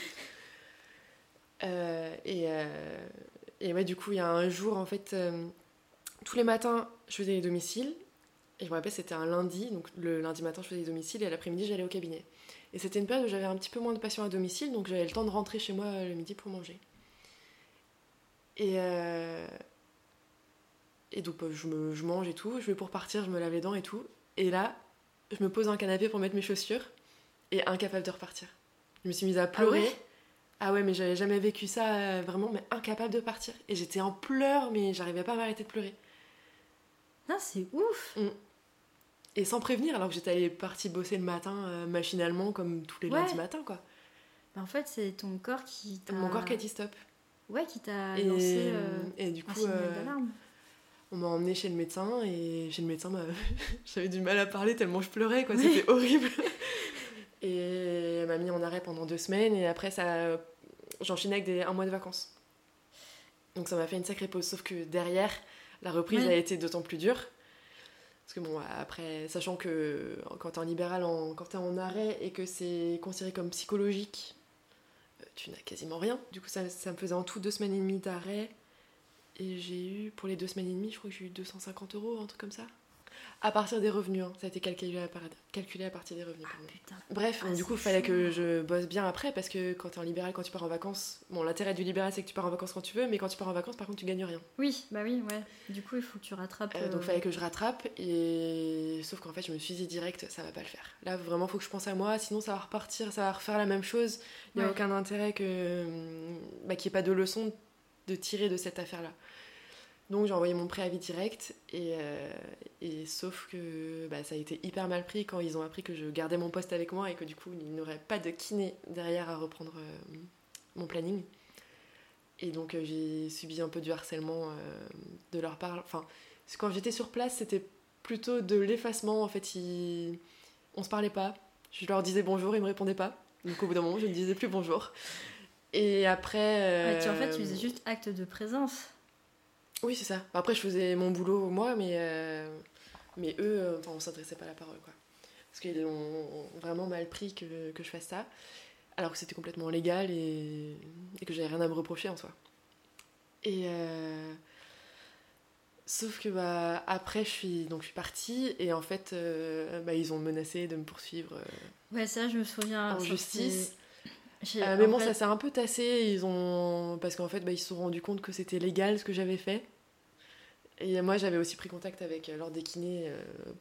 Et ouais, du coup, il y a un jour, en fait, tous les matins, je faisais les domiciles. Et je me rappelle, c'était un lundi, donc le lundi matin, je faisais les domiciles et l'après-midi, j'allais au cabinet. Et c'était une période où j'avais un petit peu moins de patients à domicile, donc j'avais le temps de rentrer chez moi le midi pour manger. Et donc, je mange et tout, je vais pour partir, je me lave les dents et tout. Et là, je me pose dans un canapé pour mettre mes chaussures et incapable de repartir. Je me suis mise à pleurer. Ah ouais, mais j'avais jamais vécu ça vraiment, mais incapable de partir. Et j'étais en pleurs, mais j'arrivais pas à m'arrêter de pleurer. Non, c'est ouf. Et sans prévenir, alors que j'étais partie bosser le matin machinalement, comme tous les lundis matins, quoi. En fait, c'est ton corps qui t'a... Mon corps qui a dit stop. Ouais, qui t'a lancé et du coup, un signal d'alarme. On m'a emmenée chez le médecin, et chez le médecin, j'avais du mal à parler tellement je pleurais, quoi. C'était horrible. Et elle m'a mis en arrêt pendant 2 semaines, et après, j'enchaînais avec un mois de vacances. Donc ça m'a fait une sacrée pause, sauf que derrière, la reprise a été d'autant plus dure. Parce que bon, après, sachant que quand t'es en libéral, quand t'es en arrêt et que c'est considéré comme psychologique, tu n'as quasiment rien. Du coup, ça me faisait en tout 2 semaines et demie d'arrêt. Et j'ai eu, pour les 2 semaines et demie, je crois que j'ai eu 250 €, un truc comme ça. À partir des revenus, hein. Ça a été calculé à partir des revenus. Ah, putain. Bref, du coup, il fallait que je bosse bien après, parce que quand t'es en libéral, quand tu pars en vacances, bon, l'intérêt du libéral, c'est que tu pars en vacances quand tu veux, mais quand tu pars en vacances, par contre, tu gagnes rien. Oui, ouais. Du coup, il faut que tu rattrapes. Donc, il fallait que je rattrape, et sauf qu'en fait, je me suis dit direct, ça va pas le faire. Là, vraiment, il faut que je pense à moi, sinon ça va repartir, ça va refaire la même chose. Il n'y a aucun intérêt qu'il n'y ait pas de leçon de tirer de cette affaire-là. Donc j'ai envoyé mon préavis direct et sauf que ça a été hyper mal pris quand ils ont appris que je gardais mon poste avec moi et que du coup il n'y aurait pas de kiné derrière à reprendre mon planning. Et donc j'ai subi un peu du harcèlement de leur part. Enfin, quand j'étais sur place, c'était plutôt de l'effacement. En fait, on se parlait pas. Je leur disais bonjour, ils me répondaient pas. Donc au bout d'un moment, je ne disais plus bonjour. Et après... en fait, tu faisais juste acte de présence. Oui, c'est ça. Après, je faisais mon boulot, moi, mais eux, on s'adressait pas à la parole, quoi. Parce qu'ils ont vraiment mal pris que je fasse ça, alors que c'était complètement légal et que j'avais rien à me reprocher en soi. Et sauf que après, je suis partie et en fait, ils ont menacé de me poursuivre ouais, ça, je me souviens. en justice. Mais bon, ça s'est un peu tassé, parce qu'en fait, ils se sont rendus compte que c'était légal ce que j'avais fait. Et moi, j'avais aussi pris contact avec l'ordre des kinés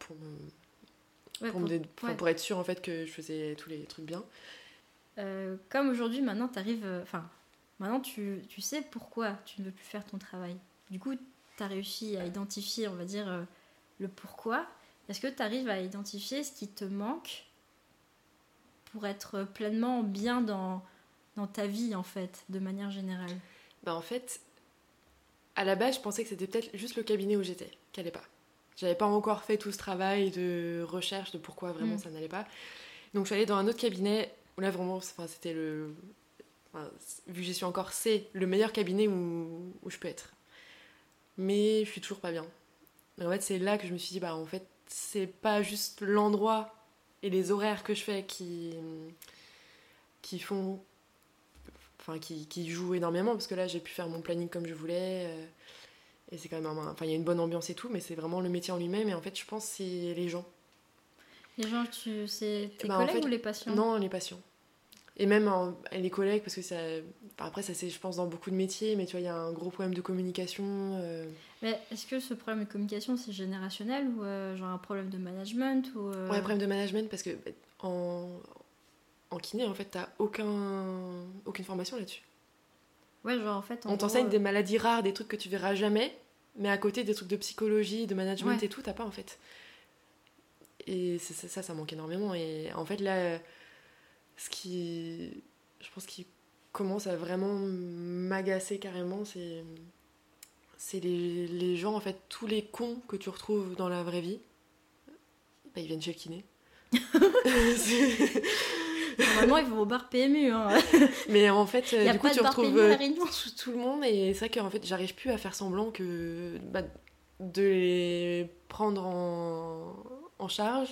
pour être sûre en fait que je faisais tous les trucs bien. Comme aujourd'hui, maintenant, maintenant, tu sais pourquoi tu ne veux plus faire ton travail. Du coup, tu as réussi à identifier, on va dire, le pourquoi. Est-ce que tu arrives à identifier ce qui te manque pour être pleinement bien dans ta vie, en fait, de manière générale? En fait, à la base, je pensais que c'était peut-être juste le cabinet où j'étais, qui allait pas. J'avais pas encore fait tout ce travail de recherche de pourquoi vraiment ça n'allait pas. Donc je suis allée dans un autre cabinet où là vraiment, c'était le... vu que j'y suis encore, c'est le meilleur cabinet où je peux être. Mais je suis toujours pas bien. Et en fait, c'est là que je me suis dit, en fait, c'est pas juste l'endroit et les horaires que je fais qui font... qui jouent énormément, parce que là, j'ai pu faire mon planning comme je voulais. Et c'est quand même... il y a une bonne ambiance et tout, mais c'est vraiment le métier en lui-même. Et en fait, je pense que c'est les gens. Les gens, c'est tes collègues en fait, ou les patients? Non, les patients. Et même les collègues, parce que ça... Après, ça c'est, je pense, dans beaucoup de métiers, mais tu vois, il y a un gros problème de communication. Mais est-ce que ce problème de communication, c'est générationnel ou genre un problème de management ou Ouais, problème de management, parce que en kiné, en fait, t'as aucune formation là-dessus. Ouais, genre en fait... On t'enseigne des maladies rares, des trucs que tu verras jamais, mais à côté des trucs de psychologie, de management et tout, t'as pas, en fait. Et ça manque énormément. Et en fait, là... je pense qui commence à vraiment m'agacer carrément, c'est les gens, en fait, tous les cons que tu retrouves dans la vraie vie, ils viennent chez le kiné. Normalement, ils vont au bar PMU. Hein. Mais en fait, du coup, tu retrouves tout le monde, et c'est vrai qu'en fait, j'arrive plus à faire semblant de les prendre en charge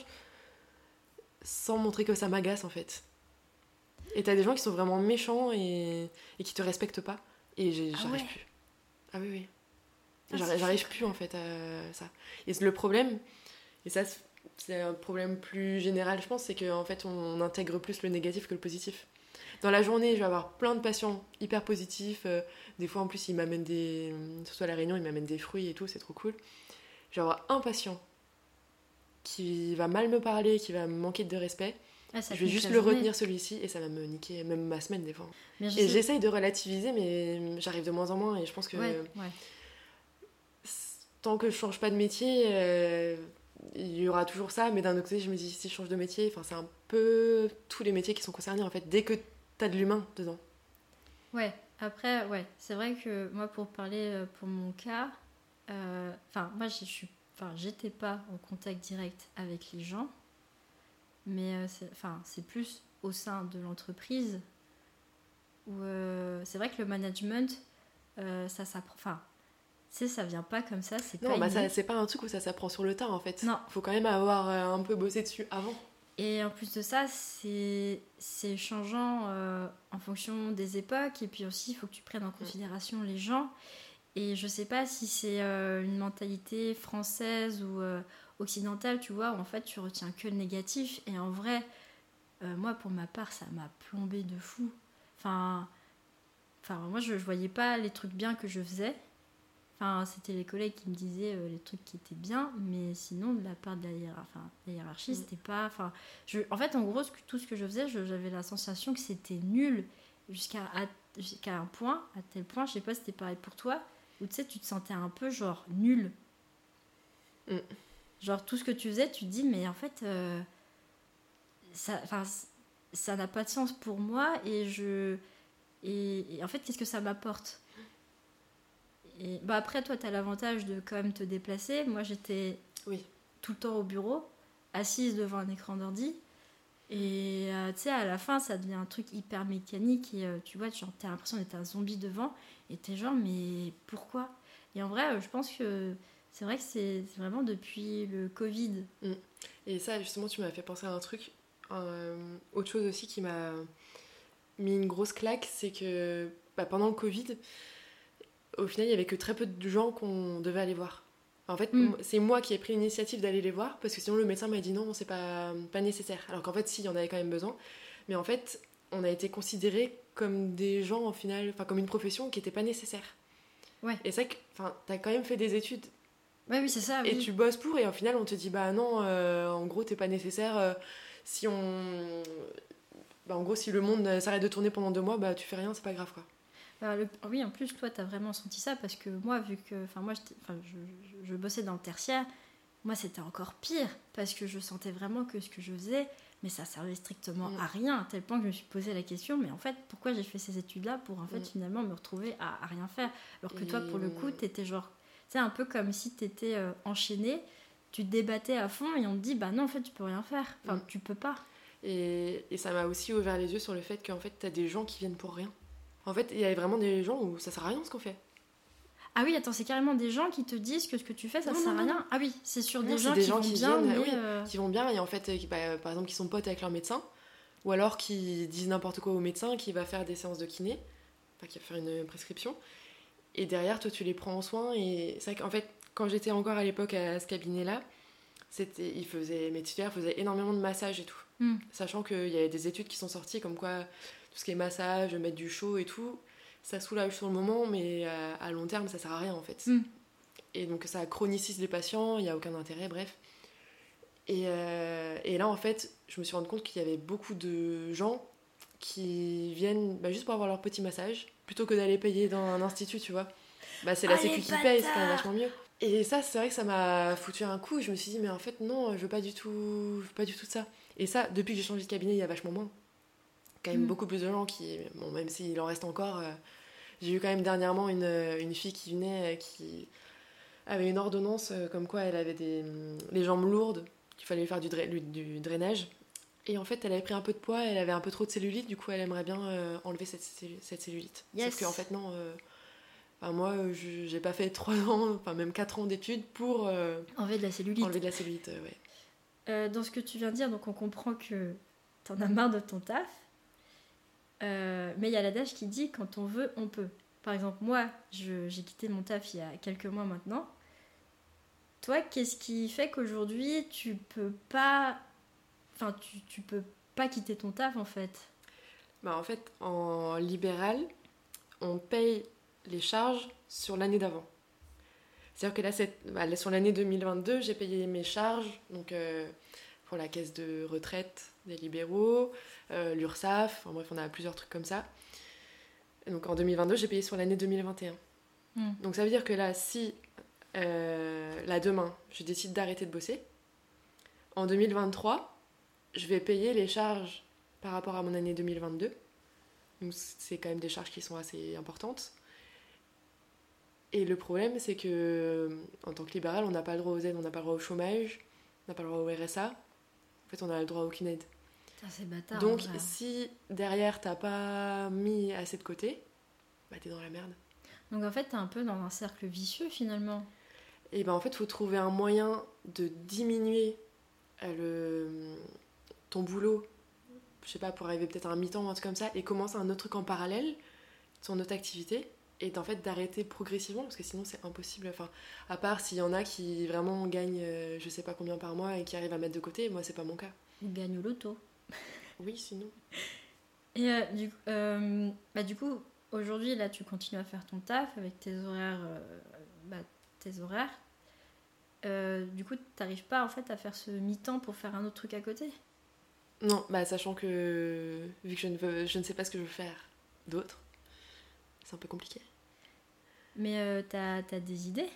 sans montrer que ça m'agace, en fait. Et t'as des gens qui sont vraiment méchants et qui te respectent pas. Et j'arrive plus. Ah oui. J'arrive plus en fait à ça. Et le problème, et ça c'est un problème plus général je pense, c'est qu'en fait on intègre plus le négatif que le positif. Dans la journée, je vais avoir plein de patients hyper positifs. Des fois en plus ils m'amènent surtout à la réunion, ils m'amènent des fruits et tout, c'est trop cool. Je vais avoir un patient qui va mal me parler, qui va me manquer de respect. Je vais juste le retenir celui-ci et ça va me niquer même ma semaine des fois. Et j'essaye de relativiser mais j'arrive de moins en moins et je pense que tant que je change pas de métier il y aura toujours ça, mais d'un autre côté je me dis si je change de métier, c'est un peu tous les métiers qui sont concernés en fait dès que t'as de l'humain dedans. Ouais, après c'est vrai que moi pour parler pour mon cas moi j'étais pas en contact direct avec les gens. Mais c'est plus au sein de l'entreprise où c'est vrai que le management, ça s'apprend. Ça vient pas comme ça, c'est non, pas c'est pas un truc où ça s'apprend sur le tas en fait. Non. Faut quand même avoir un peu bossé dessus avant. Et en plus de ça, c'est changeant en fonction des époques. Et puis aussi, il faut que tu prennes en considération les gens. Et je sais pas si c'est une mentalité française ou occidentale, tu vois, où en fait tu retiens que le négatif. Et en vrai, moi pour ma part, ça m'a plombé de fou. Moi je voyais pas les trucs bien que je faisais. C'était les collègues qui me disaient les trucs qui étaient bien, mais sinon de la part de la hiérarchie, c'était pas... en fait, en gros, tout ce que je faisais, j'avais la sensation que c'était nul jusqu'à un point, à tel point, je sais pas si c'était pareil pour toi, où tu sais, tu te sentais un peu genre nul. Genre tout ce que tu faisais, tu te dis, mais en fait, ça n'a pas de sens pour moi et en fait, qu'est-ce que ça m'apporte ? Et après, toi, tu as l'avantage de quand même te déplacer. Moi, j'étais tout le temps au bureau, assise devant un écran d'ordi. Et tu sais, à la fin, ça devient un truc hyper mécanique. Et tu vois, t'as l'impression d'être un zombie devant. Et t'es genre, mais pourquoi ? Et en vrai, je pense que c'est vrai que c'est vraiment depuis le Covid. Et ça, justement, tu m'as fait penser à un truc. Autre chose aussi qui m'a mis une grosse claque, c'est que pendant le Covid... Au final, il n'y avait que très peu de gens qu'on devait aller voir. En fait, c'est moi qui ai pris l'initiative d'aller les voir, parce que sinon le médecin m'a dit non, c'est pas nécessaire. Alors qu'en fait, si, il y en avait quand même besoin. Mais en fait, on a été considérés comme des gens, au final, comme une profession qui n'était pas nécessaire. Ouais. Et c'est vrai que t'as quand même fait des études. Ouais, oui, c'est ça. Et tu bosses pour, et au final, on te dit non, en gros, t'es pas nécessaire. Si en gros, si le monde s'arrête de tourner pendant 2 mois, tu fais rien, c'est pas grave, quoi. Oui, en plus, toi, t'as vraiment senti ça parce que moi, vu que je bossais dans le tertiaire, moi, c'était encore pire parce que je sentais vraiment que ce que je faisais, mais ça servait strictement à rien, à tel point que je me suis posé la question, mais en fait, pourquoi j'ai fait ces études-là pour en fait finalement me retrouver à rien faire? Alors que toi, pour le coup, t'étais genre, c'est un peu comme si t'étais enchaîné, tu te débattais à fond et on te dit, bah non, en fait, tu peux rien faire, enfin, tu peux pas. Et ça m'a aussi ouvert les yeux sur le fait qu'en fait, t'as des gens qui viennent pour rien. En fait, il y a vraiment des gens où ça sert à rien ce qu'on fait. Ah oui, attends, c'est carrément des gens qui te disent que ce que tu fais, ça sert à rien. Ah oui, c'est sur des gens des qui gens vont qui bien, viennent, mais qui vont bien et en fait, par exemple, qui sont potes avec leur médecin, ou alors qui disent n'importe quoi au médecin, qui va faire des séances de kiné, enfin qui va faire une prescription, et derrière, toi, tu les prends en soin. Et c'est vrai qu'en fait, quand j'étais encore à l'époque à ce cabinet-là, mes titulaires faisaient énormément de massages et tout. Sachant qu'il y avait des études qui sont sorties comme quoi tout ce qui est massage, mettre du chaud et tout, ça soulage sur le moment, mais à long terme, ça sert à rien en fait. Et donc ça chronicise les patients, il n'y a aucun intérêt, bref. Et là, en fait, je me suis rendu compte qu'il y avait beaucoup de gens qui viennent juste pour avoir leur petit massage, plutôt que d'aller payer dans un institut, tu vois. C'est la sécu qui paye, c'est quand même vachement mieux. Et ça, c'est vrai que ça m'a foutu un coup. Je me suis dit, mais en fait, non, je veux pas du tout de ça. Et ça, depuis que j'ai changé de cabinet, il y a vachement moins. Quand même beaucoup plus de gens qui... Bon, même s'il en reste encore... j'ai eu quand même dernièrement une fille qui venait, qui avait une ordonnance comme quoi elle avait les jambes lourdes, qu'il fallait lui faire du drainage. Et en fait, elle avait pris un peu de poids, elle avait un peu trop de cellulite, du coup, elle aimerait bien enlever cette cellulite. Yes. Sauf qu'en fait, non... moi, j'ai pas fait 3 ans, enfin même 4 ans d'études pour enlever de la cellulite. Enlever de la cellulite, ouais. Dans ce que tu viens de dire, donc on comprend que t'en as marre de ton taf. Mais il y a l'adage qui dit quand on veut, on peut. Par exemple, moi, j'ai quitté mon taf il y a quelques mois maintenant. Toi, qu'est-ce qui fait qu'aujourd'hui tu peux pas, enfin, tu peux pas quitter ton taf en fait? En fait, en libéral, on paye les charges sur l'année d'avant. C'est-à-dire que là, sur l'année 2022, j'ai payé mes charges, donc pour la caisse de retraite des libéraux, l'URSSAF, enfin bref, on a plusieurs trucs comme ça. Et donc en 2022, j'ai payé sur l'année 2021. Donc ça veut dire que là, si là demain, je décide d'arrêter de bosser, en 2023, je vais payer les charges par rapport à mon année 2022. Donc c'est quand même des charges qui sont assez importantes. Et le problème, c'est que en tant que libéral, on n'a pas le droit aux aides, on n'a pas le droit au chômage, on n'a pas le droit au RSA. En fait, on n'a le droit à aucune aide. C'est bâtard. Donc, si derrière, t'as pas mis assez de côté, t'es dans la merde. Donc, en fait, t'es un peu dans un cercle vicieux, finalement. Et en fait, il faut trouver un moyen de diminuer ton boulot, je sais pas, pour arriver peut-être à un mi-temps ou un truc comme ça, et commencer un autre truc en parallèle, son autre activité, et en fait d'arrêter progressivement, parce que sinon c'est impossible. Enfin, à part s'il y en a qui vraiment gagnent je sais pas combien par mois et qui arrivent à mettre de côté, moi c'est pas mon cas. Ou gagnent au loto. Oui, sinon. Et du coup, aujourd'hui, là, tu continues à faire ton taf avec tes horaires. Du coup, t'arrives pas en fait à faire ce mi-temps pour faire un autre truc à côté? Non, sachant que vu que je ne sais pas ce que je veux faire d'autre, c'est un peu compliqué. Mais t'as des idées?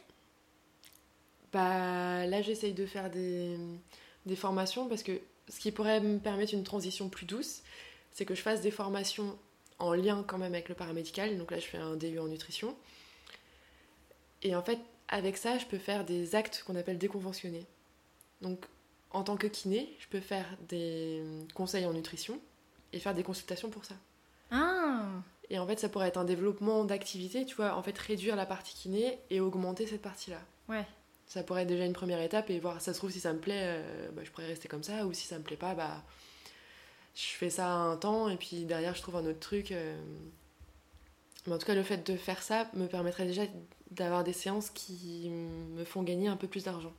Là, j'essaye de faire des formations parce que ce qui pourrait me permettre une transition plus douce, c'est que je fasse des formations en lien quand même avec le paramédical. Donc là, je fais un DU en nutrition. Et en fait, avec ça, je peux faire des actes qu'on appelle déconventionnés. Donc, en tant que kiné, je peux faire des conseils en nutrition et faire des consultations pour ça. Ah. Et en fait, ça pourrait être un développement d'activité, tu vois, en fait, réduire la partie kiné et augmenter cette partie-là. Ouais. Ça pourrait être déjà une première étape et voir, ça se trouve, si ça me plaît, je pourrais rester comme ça, ou si ça me plaît pas, je fais ça un temps et puis derrière, je trouve un autre truc. Mais en tout cas, le fait de faire ça me permettrait déjà d'avoir des séances qui me font gagner un peu plus d'argent.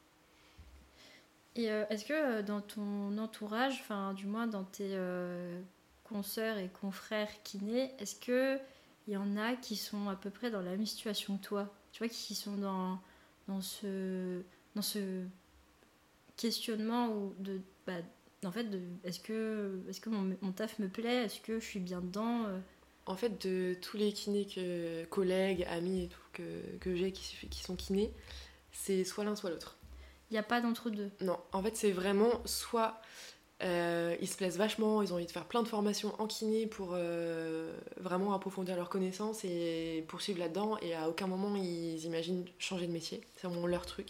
Et est-ce que dans ton entourage, enfin du moins dans tes consoeurs et confrères kinés, est-ce qu'il y en a qui sont à peu près dans la même situation que toi? Tu vois, qui sont dans ce questionnement où en fait, est-ce que mon taf me plaît? Est-ce que je suis bien dedans? En fait, de tous les kinés, collègues, amis et tout, que j'ai qui sont kinés, c'est soit l'un, soit l'autre. Il n'y a pas d'entre-deux. Non, en fait, c'est vraiment soit ils se plaisent vachement, ils ont envie de faire plein de formations en kiné pour vraiment approfondir leurs connaissances et poursuivre là-dedans, et à aucun moment ils imaginent changer de métier. C'est vraiment leur truc.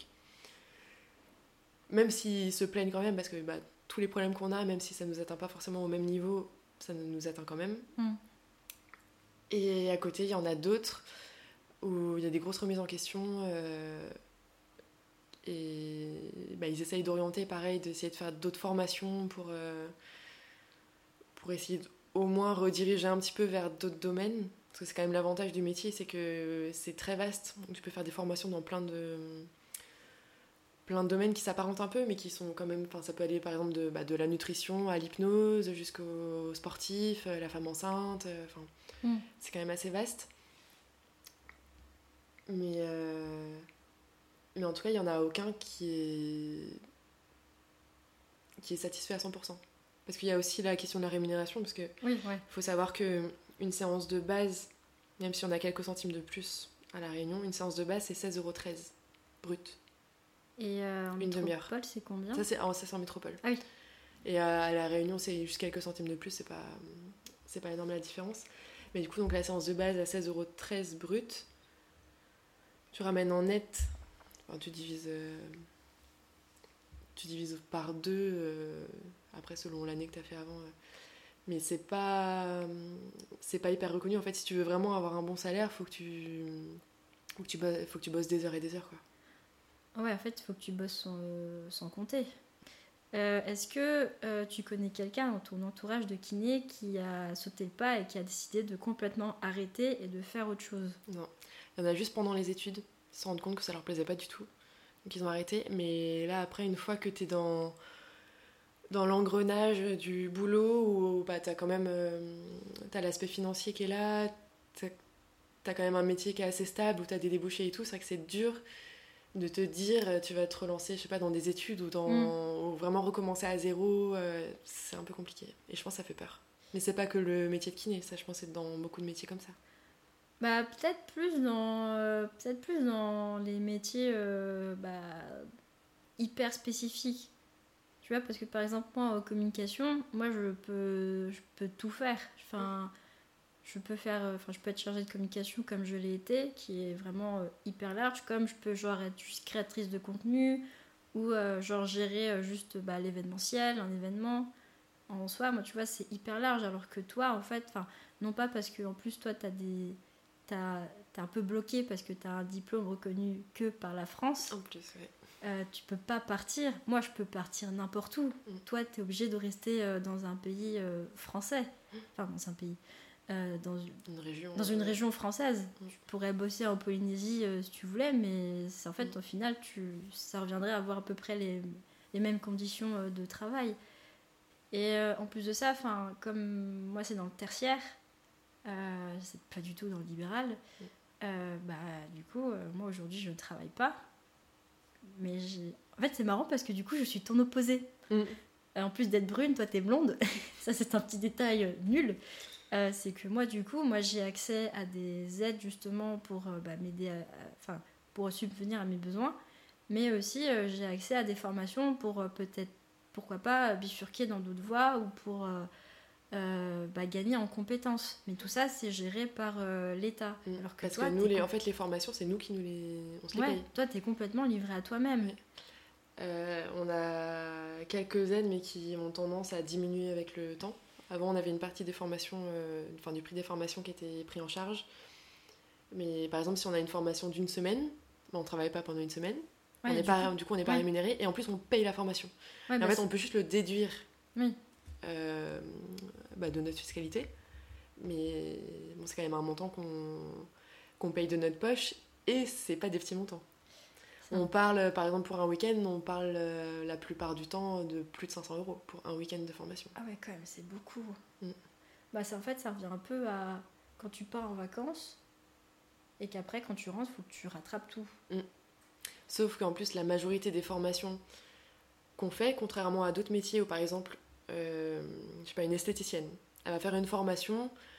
Même s'ils se plaignent quand même, parce que tous les problèmes qu'on a, même si ça ne nous atteint pas forcément au même niveau, ça nous atteint quand même. Et à côté, il y en a d'autres où il y a des grosses remises en question, et ils essayent d'orienter, pareil, d'essayer de faire d'autres formations pour essayer au moins rediriger un petit peu vers d'autres domaines. Parce que c'est quand même l'avantage du métier, c'est que c'est très vaste. Donc tu peux faire des formations dans plein de domaines qui s'apparentent un peu, mais qui sont quand même... Enfin, ça peut aller par exemple de la nutrition à l'hypnose, jusqu'aux sportifs, la femme enceinte... C'est quand même assez vaste. Mais en tout cas, il n'y en a aucun qui est satisfait à 100%. Parce qu'il y a aussi la question de la rémunération, parce que faut savoir qu'une séance de base, même si on a quelques centimes de plus à La Réunion, une séance de base, c'est 16,13 € brut. Et en une demi-heure. métropole, c'est combien ? Ça, c'est en métropole. Ah oui. Et à La Réunion, c'est juste quelques centimes de plus, c'est pas énorme la différence. Mais du coup, donc la séance de base à 16,13 € brut, tu ramènes en net, enfin, tu divises par 2, après selon l'année que tu as fait avant. Mais c'est pas hyper reconnu. En fait, si tu veux vraiment avoir un bon salaire, faut que tu bosses des heures et des heures, quoi. Ouais, en fait, il faut que tu bosses sans compter. Est-ce que tu connais quelqu'un dans ton entourage de kiné qui a sauté le pas et qui a décidé de complètement arrêter et de faire autre chose ? Non. Il y en a juste pendant les études, ils se rendent compte que ça leur plaisait pas du tout. Donc ils ont arrêté. Mais là, après, une fois que t'es dans l'engrenage du boulot, où t'as quand même t'as l'aspect financier qui est là, t'as quand même un métier qui est assez stable, où t'as des débouchés et tout, c'est vrai que c'est dur de te dire tu vas te relancer, je sais pas, dans des études ou vraiment recommencer à zéro, c'est un peu compliqué. Et je pense que ça fait peur. Mais c'est pas que le métier de kiné, ça, je pense que c'est dans beaucoup de métiers comme ça. Peut-être plus dans les métiers hyper spécifiques. Tu vois, parce que par exemple, moi, en communication, je peux tout faire. Enfin, je peux être chargée de communication comme je l'ai été, qui est vraiment hyper large, comme je peux être juste créatrice de contenu, ou gérer juste l'événementiel, un événement. En soi, moi, tu vois, c'est hyper large, alors que toi, en fait, non pas parce que en plus, toi, t'es un peu bloqué parce que t'as un diplôme reconnu que par la France. En plus, ouais. Tu peux pas partir. Moi, je peux partir n'importe où. Toi, t'es obligé de rester dans un pays français. Enfin, dans un pays... dans une région française. Tu pourrais bosser en Polynésie si tu voulais, mais en fait, au final, ça reviendrait à avoir à peu près les mêmes conditions de travail. Et en plus de ça, comme moi, c'est dans le tertiaire, c'est pas du tout dans le libéral, du coup, moi, aujourd'hui, je ne travaille pas. Mais en fait, c'est marrant parce que du coup, je suis ton opposé. En plus d'être brune, toi, t'es blonde. Ça, c'est un petit détail nul. C'est que moi, du coup, j'ai accès à des aides justement pour m'aider pour subvenir à mes besoins. Mais aussi, j'ai accès à des formations pour pourquoi pas, bifurquer dans d'autres voies ou pour gagner en compétences. Mais tout ça, c'est géré par l'État. Alors que parce toi, que nous, en fait, les formations, c'est nous qui on se les paye. Toi, t'es complètement livré à toi-même. On a quelques aides, mais qui ont tendance à diminuer avec le temps. Avant, on avait une partie des formations, du prix des formations qui était pris en charge. Mais par exemple, si on a une formation d'une semaine, on ne travaille pas pendant une semaine. On n'est pas rémunéré. Et en plus, on paye la formation. En fait, on peut juste le déduire de notre fiscalité. Mais c'est quand même un montant qu'on paye de notre poche. Et c'est pas des petits montants. On parle, par exemple, pour un week-end, la plupart du temps de plus de 500 € pour un week-end de formation. Ah ouais, quand même, c'est beaucoup. En fait, ça revient un peu à quand tu pars en vacances et qu'après, quand tu rentres, il faut que tu rattrapes tout. Sauf qu'en plus, la majorité des formations qu'on fait, contrairement à d'autres métiers où, par exemple, une esthéticienne, elle va faire une formation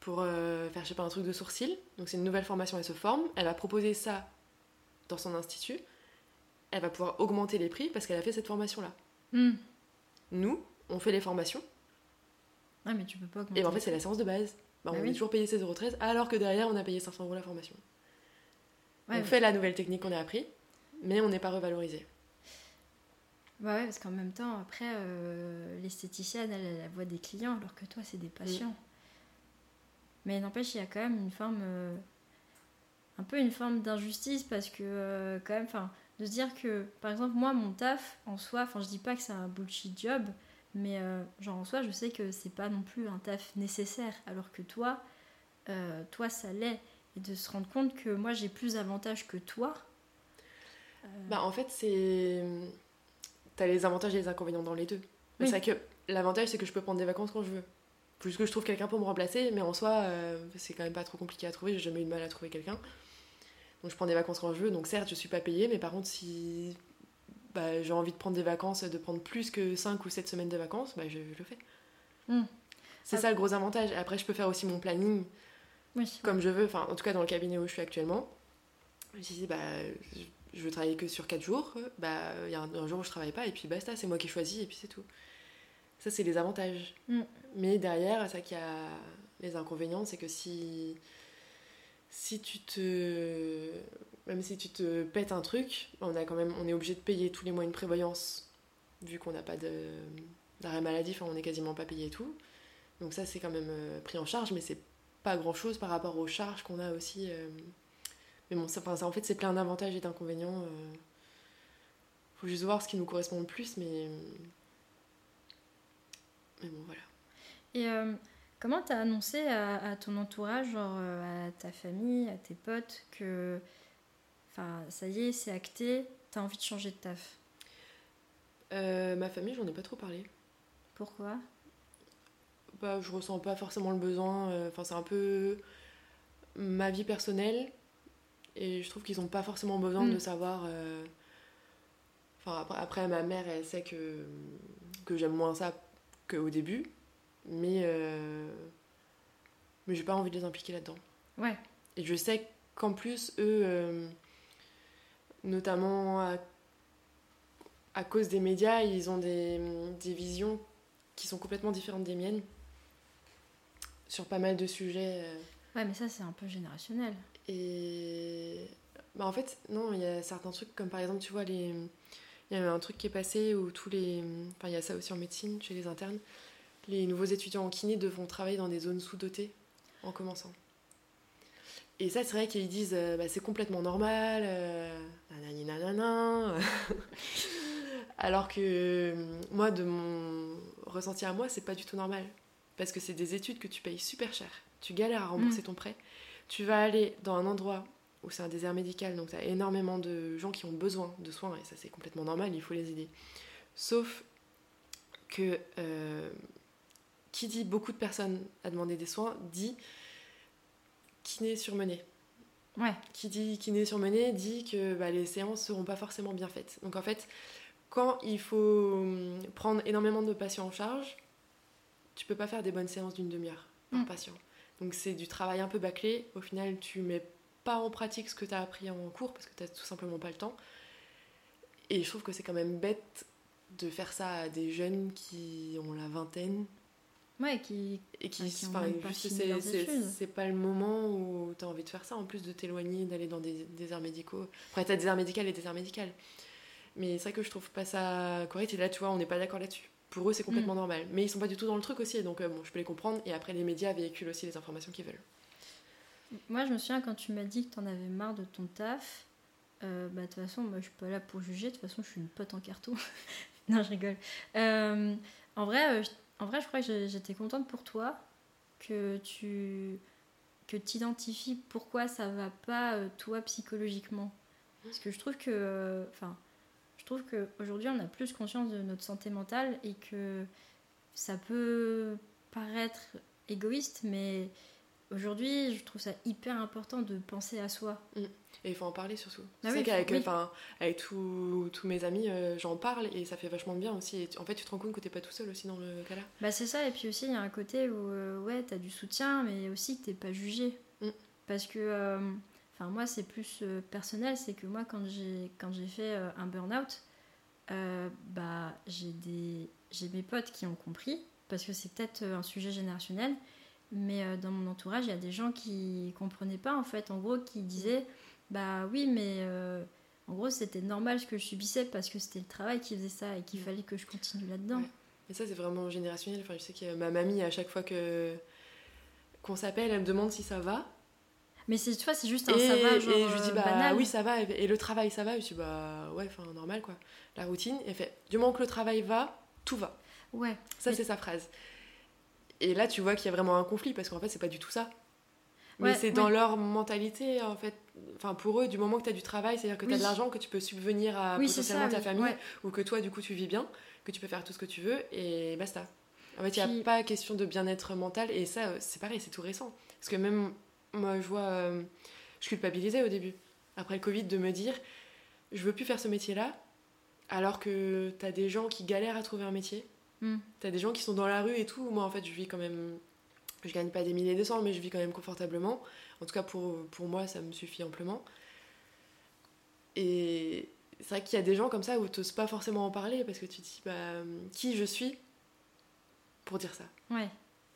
pour faire, je sais pas, un truc de sourcil. Donc c'est une nouvelle formation, elle se forme. Elle va proposer ça dans son institut. Elle va pouvoir augmenter les prix parce qu'elle a fait cette formation-là. Nous, on fait les formations. Ah, mais tu peux pas augmenter. Et en fait, c'est la séance de base. On est toujours payé 16,13 € alors que derrière, on a payé 500 € la formation. On fait la nouvelle technique qu'on a appris, mais on n'est pas revalorisé. Bah ouais, parce qu'en même temps, après, l'esthéticienne, elle voit des clients, alors que toi, c'est des patients. Mais n'empêche, il y a quand même une forme... un peu une forme d'injustice, parce que, quand même, de se dire que, par exemple, moi, mon taf, en soi, je dis pas que c'est un bullshit job, mais genre, en soi, je sais que c'est pas non plus un taf nécessaire, alors que toi, ça l'est. Et de se rendre compte que moi, j'ai plus d'avantages que toi. En fait, t'as les avantages et les inconvénients dans les deux. Mais c'est vrai que l'avantage, c'est que je peux prendre des vacances quand je veux. Faut juste que je trouve quelqu'un pour me remplacer, mais en soi, c'est quand même pas trop compliqué à trouver. J'ai jamais eu de mal à trouver quelqu'un. Donc je prends des vacances quand je veux. Donc certes, je suis pas payée, mais par contre, si j'ai envie de prendre des vacances, de prendre plus que 5 ou 7 semaines de vacances, je le fais. C'est ça le gros avantage. Après, je peux faire aussi mon planning comme je veux. Enfin, en tout cas, dans le cabinet où je suis actuellement, je dis, je veux travailler que sur 4 jours. Il y a un jour où je travaille pas, et puis basta, c'est moi qui choisis, et puis c'est tout. Ça, c'est les avantages. Mais derrière, ça qu'il y a les inconvénients, c'est que même si tu te pètes un truc, on est obligé de payer tous les mois une prévoyance, vu qu'on n'a pas d'arrêt maladie, on n'est quasiment pas payé et tout. Donc ça, c'est quand même pris en charge, mais c'est pas grand chose par rapport aux charges qu'on a aussi. Mais bon, ça, en fait, c'est plein d'avantages et d'inconvénients. Faut juste voir ce qui nous correspond le plus, mais bon, voilà. Et comment t'as annoncé à ton entourage, genre à ta famille, à tes potes, que ça y est, c'est acté, t'as envie de changer de taf? Ma famille, j'en ai pas trop parlé. Pourquoi? Je ressens pas forcément le besoin. C'est un peu ma vie personnelle, et je trouve qu'ils ont pas forcément besoin de savoir. Après, ma mère, elle sait que j'aime moins ça qu'au début, mais j'ai pas envie de les impliquer là-dedans. Ouais. Et je sais qu'en plus, eux, notamment à cause des médias, ils ont des visions qui sont complètement différentes des miennes sur pas mal de sujets. Ouais, mais ça, c'est un peu générationnel. Et en fait, non, il y a certains trucs, comme par exemple, tu vois, il y a un truc qui est passé où il y a ça aussi en médecine, chez les internes, les nouveaux étudiants en kiné devront travailler dans des zones sous-dotées en commençant. Et ça, c'est vrai qu'ils disent c'est complètement normal, nanana. Alors que moi, de mon ressenti à moi, c'est pas du tout normal. Parce que c'est des études que tu payes super cher. Tu galères à rembourser ton prêt. Tu vas aller dans un endroit où c'est un désert médical, donc tu as énormément de gens qui ont besoin de soins, et ça, c'est complètement normal, il faut les aider. Sauf que qui dit beaucoup de personnes à demander des soins, dit kiné surmené. Ouais. Qui dit kiné surmené dit que les séances seront pas forcément bien faites. Donc en fait, quand il faut prendre énormément de patients en charge, tu peux pas faire des bonnes séances d'une demi-heure par patient. Donc c'est du travail un peu bâclé. Au final, tu mets pas en pratique ce que tu as appris en cours parce que tu n'as tout simplement pas le temps. Et je trouve que c'est quand même bête de faire ça à des jeunes qui ont la vingtaine. Ouais, c'est pas le moment où tu as envie de faire ça, en plus de t'éloigner, d'aller dans des déserts médicaux. Après, tu as déserts médicaux et déserts médicaux. Mais c'est vrai que je trouve pas ça correct. Et là, tu vois, on n'est pas d'accord là-dessus. Pour eux, c'est complètement normal. Mais ils sont pas du tout dans le truc aussi. Donc, je peux les comprendre. Et après, les médias véhiculent aussi les informations qu'ils veulent. Moi, je me souviens quand tu m'as dit que t'en avais marre de ton taf. De toute façon, moi, je suis pas là pour juger. De toute façon, je suis une pote en carton. Non, je rigole. En vrai, je crois que j'étais contente pour toi que tu t'identifies pourquoi ça va pas, toi, psychologiquement. Parce que je trouve que... je trouve qu'aujourd'hui, on a plus conscience de notre santé mentale et que ça peut paraître égoïste, mais aujourd'hui, je trouve ça hyper important de penser à soi. Et il faut en parler surtout. Ah C'est oui, qu'avec oui. avec tous mes amis, j'en parle et ça fait vachement bien aussi. Et en fait, tu te rends compte que t'es pas tout seul aussi dans le cas-là. Bah c'est ça, et puis aussi il y a un côté où ouais, t'as du soutien, mais aussi que t'es pas jugé. Parce que, enfin moi c'est plus personnel, c'est que moi quand j'ai fait un burn-out, bah j'ai mes potes qui ont compris, parce que c'est peut-être un sujet générationnel, mais dans mon entourage il y a des gens qui comprenaient pas en fait, en gros qui disaient bah oui mais en gros c'était normal ce que je subissais parce que c'était le travail qui faisait ça et qu'il fallait que je continue là-dedans. Ouais. Et ça c'est vraiment générationnel. Enfin, je sais que ma mamie à chaque fois qu'on s'appelle, elle me demande si ça va. Mais tu vois, c'est juste un ça va genre et je lui dis bah banal. oui ça va, et le travail ça va, et je dis bah ouais, enfin normal quoi, la routine. Et elle fait du moment que le travail va, tout va. Ouais. Ça c'est sa phrase. Et là tu vois qu'il y a vraiment un conflit, parce qu'en fait c'est pas du tout ça. Mais Ouais, c'est dans leur mentalité en fait. Enfin pour eux, du moment que tu as du travail, c'est-à-dire que tu as de l'argent, que tu peux subvenir à potentiellement ta famille, ou que toi du coup tu vis bien, que tu peux faire tout ce que tu veux, et basta. En fait il n'y a pas question de bien-être mental, et ça c'est pareil, c'est tout récent. Parce que même moi je vois, je culpabilisais au début, après le Covid, de me dire je veux plus faire ce métier-là, alors que t'as des gens qui galèrent à trouver un métier. T'as des gens qui sont dans la rue et tout. Moi en fait je vis quand même, je gagne pas des milliers de cents, mais je vis quand même confortablement. En tout cas pour moi ça me suffit amplement. Et c'est vrai qu'il y a des gens comme ça où t'oses pas forcément en parler, parce que tu te dis bah qui je suis pour dire ça. Ouais.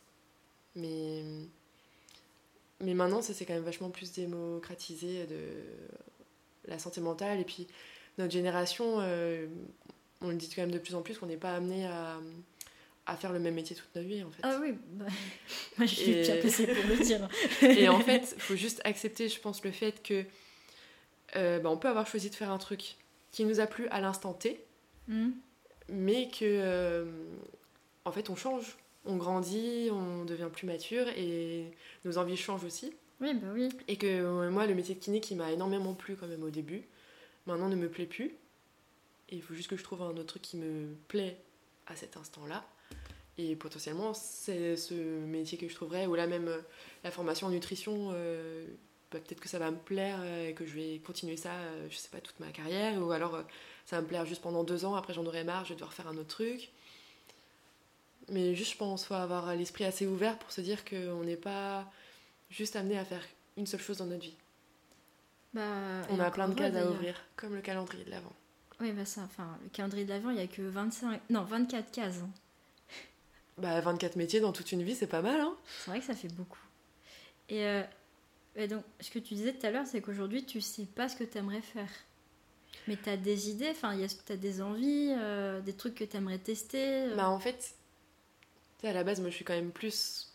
Mais maintenant ça c'est quand même vachement plus démocratisé, de la santé mentale. Et puis notre génération, on le dit quand même de plus en plus, qu'on n'est pas amené à faire le même métier toute notre vie en fait. Ah oui, bah, moi je suis bien placée pour le dire. Et en fait, il faut juste accepter, je pense, le fait que on peut avoir choisi de faire un truc qui nous a plu à l'instant T, mais que en fait on change, on grandit, on devient plus mature, et nos envies changent aussi. Oui, bah oui. Et que moi, le métier de kiné qui m'a énormément plu quand même au début, maintenant ne me plaît plus. Et il faut juste que je trouve un autre truc qui me plaît à cet instant-là. Et potentiellement, c'est ce métier que je trouverais, ou là même la formation en nutrition, peut-être que ça va me plaire et que je vais continuer ça, je sais pas, toute ma carrière, ou alors ça va me plaire juste pendant 2 ans, après j'en aurai marre, je vais devoir faire un autre truc. Mais juste, je pense, faut avoir l'esprit assez ouvert pour se dire qu'on n'est pas juste amené à faire une seule chose dans notre vie. Bah, on a plein de cases à ouvrir, comme le calendrier de l'Avent. Oui, bah ça, enfin, le calendrier de l'Avent, il n'y a que 24 cases. Hein. Bah, 24 métiers dans toute une vie, c'est pas mal, hein. C'est vrai que ça fait beaucoup. Et donc, ce que tu disais tout à l'heure, c'est qu'aujourd'hui, tu sais pas ce que tu aimerais faire. Mais tu as des idées, enfin, tu as des envies, des trucs que tu aimerais tester. Bah, en fait, à la base, moi, je suis quand même plus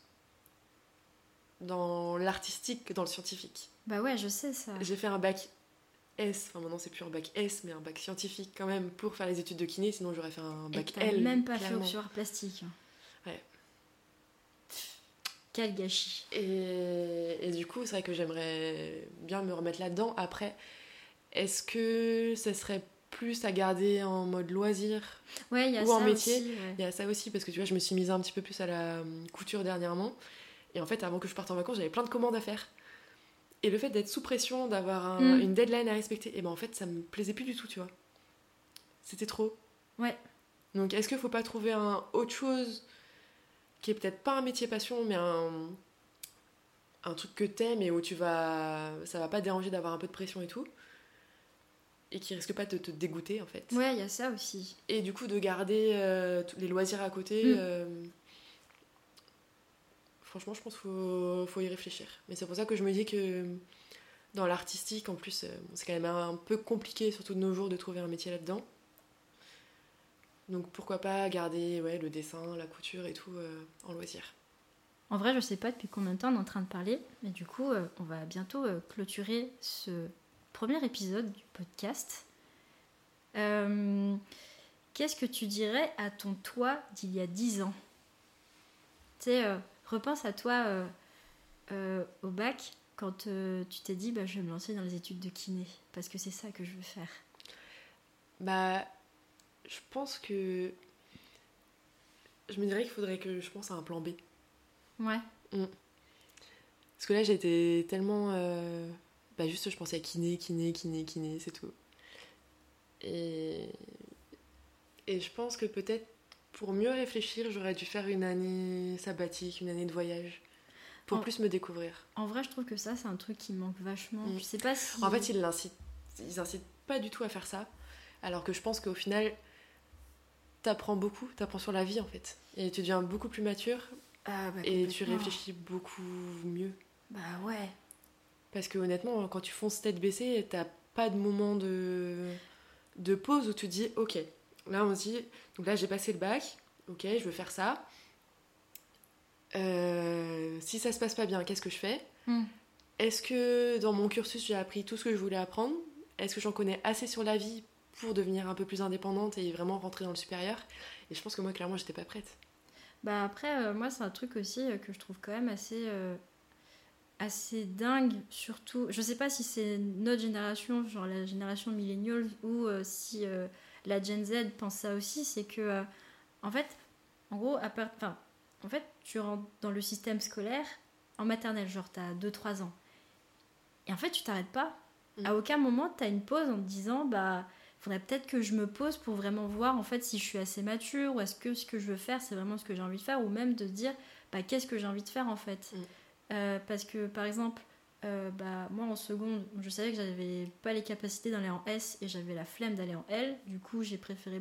dans l'artistique que dans le scientifique. Bah ouais, je sais ça. J'ai fait un bac S, enfin maintenant c'est plus un bac S, mais un bac scientifique quand même pour faire les études de kiné, sinon j'aurais fait un bac L. Et même pas clairement. fait option art plastique. Ouais. Quel gâchis. Et du coup, c'est vrai que j'aimerais bien me remettre là-dedans. Après, est-ce que ça serait plus à garder en mode loisir, ouais, y a ou ça en métier aussi, ouais. Il y a ça aussi, parce que tu vois, je me suis mise un petit peu plus à la couture dernièrement. Et en fait, avant que je parte en vacances, j'avais plein de commandes à faire. Et le fait d'être sous pression, d'avoir une deadline à respecter, et ben en fait, ça me plaisait plus du tout, tu vois. C'était trop. Ouais. Donc, est-ce qu'il faut pas trouver autre chose qui est peut-être pas un métier passion, mais un truc que t'aimes et où ça va pas te déranger d'avoir un peu de pression et tout, et qui risque pas de te dégoûter, en fait. Ouais, il y a ça aussi. Et du coup, de garder les loisirs à côté... Franchement, je pense qu'il faut y réfléchir. Mais c'est pour ça que je me dis que dans l'artistique, en plus, c'est quand même un peu compliqué, surtout de nos jours, de trouver un métier là-dedans. Donc pourquoi pas garder le dessin, la couture et tout en loisir. En vrai, je sais pas depuis combien de temps on est en train de parler, mais du coup, on va bientôt clôturer ce premier épisode du podcast. Qu'est-ce que tu dirais à ton toi d'il y a 10 ans ? Tu sais... repense à toi au bac, quand tu t'es dit je vais me lancer dans les études de kiné, parce que c'est ça que je veux faire. Bah, je pense que... Je me dirais qu'il faudrait que je pense à un plan B. Ouais. Parce Parce que là, j'ai été tellement... juste, je pensais à kiné, c'est tout. Et je pense que peut-être, pour mieux réfléchir, j'aurais dû faire une année sabbatique, une année de voyage, pour plus me découvrir. En vrai, je trouve que ça, c'est un truc qui manque vachement. Je sais pas si... En fait, ils incitent pas du tout à faire ça, alors que je pense qu'au final, t'apprends sur la vie, en fait. Et tu deviens beaucoup plus mature, et tu réfléchis beaucoup mieux. Bah ouais. Parce que honnêtement, quand tu fonces tête baissée, t'as pas de moment de pause où tu te dis, ok, là on se dit, donc là j'ai passé le bac, ok, je veux faire ça. Si ça se passe pas bien, qu'est-ce que je fais ? Est-ce que dans mon cursus j'ai appris tout ce que je voulais apprendre ? Est-ce que j'en connais assez sur la vie pour devenir un peu plus indépendante et vraiment rentrer dans le supérieur ? Et je pense que moi, clairement, j'étais pas prête. Bah après, moi, c'est un truc aussi que je trouve quand même assez dingue, surtout... Je sais pas si c'est notre génération, genre la génération millennials, ou si la Gen Z pense ça aussi, c'est que, en fait, en gros, en fait, tu rentres dans le système scolaire en maternelle, genre t'as 2-3 ans. Et en fait, tu t'arrêtes pas. À aucun moment, t'as une pause en te disant, faudrait peut-être que je me pose pour vraiment voir en fait si je suis assez mature, ou est-ce que ce que je veux faire, c'est vraiment ce que j'ai envie de faire, ou même de se dire, qu'est-ce que j'ai envie de faire en fait. Parce que, par exemple, moi en seconde, je savais que j'avais pas les capacités d'aller en S et j'avais la flemme d'aller en L. Du coup, j'ai préféré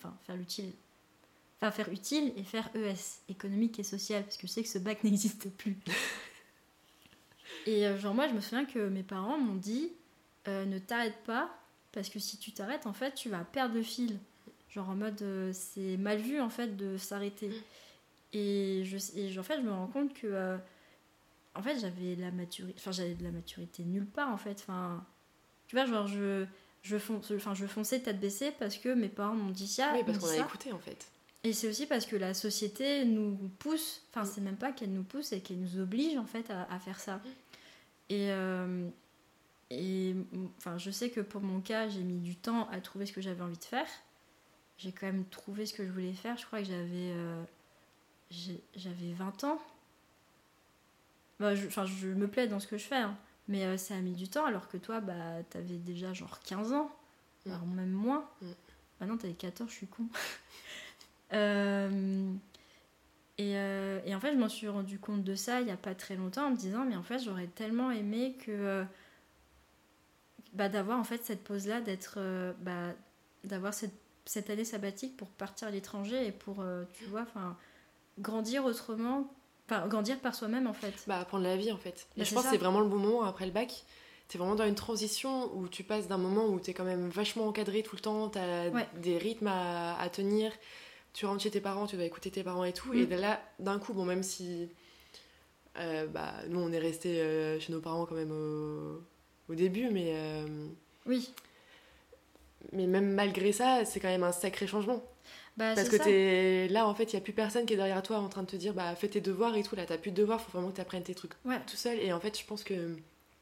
faire utile et faire ES, économique et social, parce que je sais que ce bac n'existe plus. Et moi, je me souviens que mes parents m'ont dit, ne t'arrête pas, parce que si tu t'arrêtes, en fait, tu vas perdre le fil. Genre en mode, c'est mal vu, en fait, de s'arrêter. Et en fait, je me rends compte que... en fait, j'avais de la maturité nulle part, en fait. Enfin, tu vois, genre, je fonçais tête baissée parce que mes parents m'ont dit ça. Oui, parce qu'on a écouté, en fait. Et c'est aussi parce que la société nous pousse, enfin, c'est même pas qu'elle nous pousse, c'est qu'elle nous oblige, en fait, à faire ça. Et je sais que pour mon cas, j'ai mis du temps à trouver ce que j'avais envie de faire. J'ai quand même trouvé ce que je voulais faire. Je crois que j'avais 20 ans. Je me plais dans ce que je fais, hein. Mais ça a mis du temps, alors que toi, t'avais déjà genre 15 ans. Alors même moins. Non, t'avais 14, je suis con. Et en fait, je m'en suis rendu compte de ça il n'y a pas très longtemps en me disant, mais en fait, j'aurais tellement aimé que... d'avoir en fait cette pause-là, d'avoir cette année sabbatique pour partir à l'étranger et pour, tu vois, grandir autrement... grandir par soi-même en fait. Apprendre la vie en fait. Et je pense que c'est vraiment le bon moment après le bac. T'es vraiment dans une transition où tu passes d'un moment où t'es quand même vachement encadré tout le temps, t'as des rythmes à tenir, tu rentres chez tes parents, tu dois écouter tes parents et tout. Et là, d'un coup, même si nous on est restés chez nos parents quand même au début, mais même malgré ça, c'est quand même un sacré changement. Parce que t'es là, en fait, il n'y a plus personne qui est derrière toi en train de te dire fais tes devoirs et tout. Là, t'as plus de devoirs, faut vraiment que t'apprennes tes trucs tout seul. Et en fait, je pense que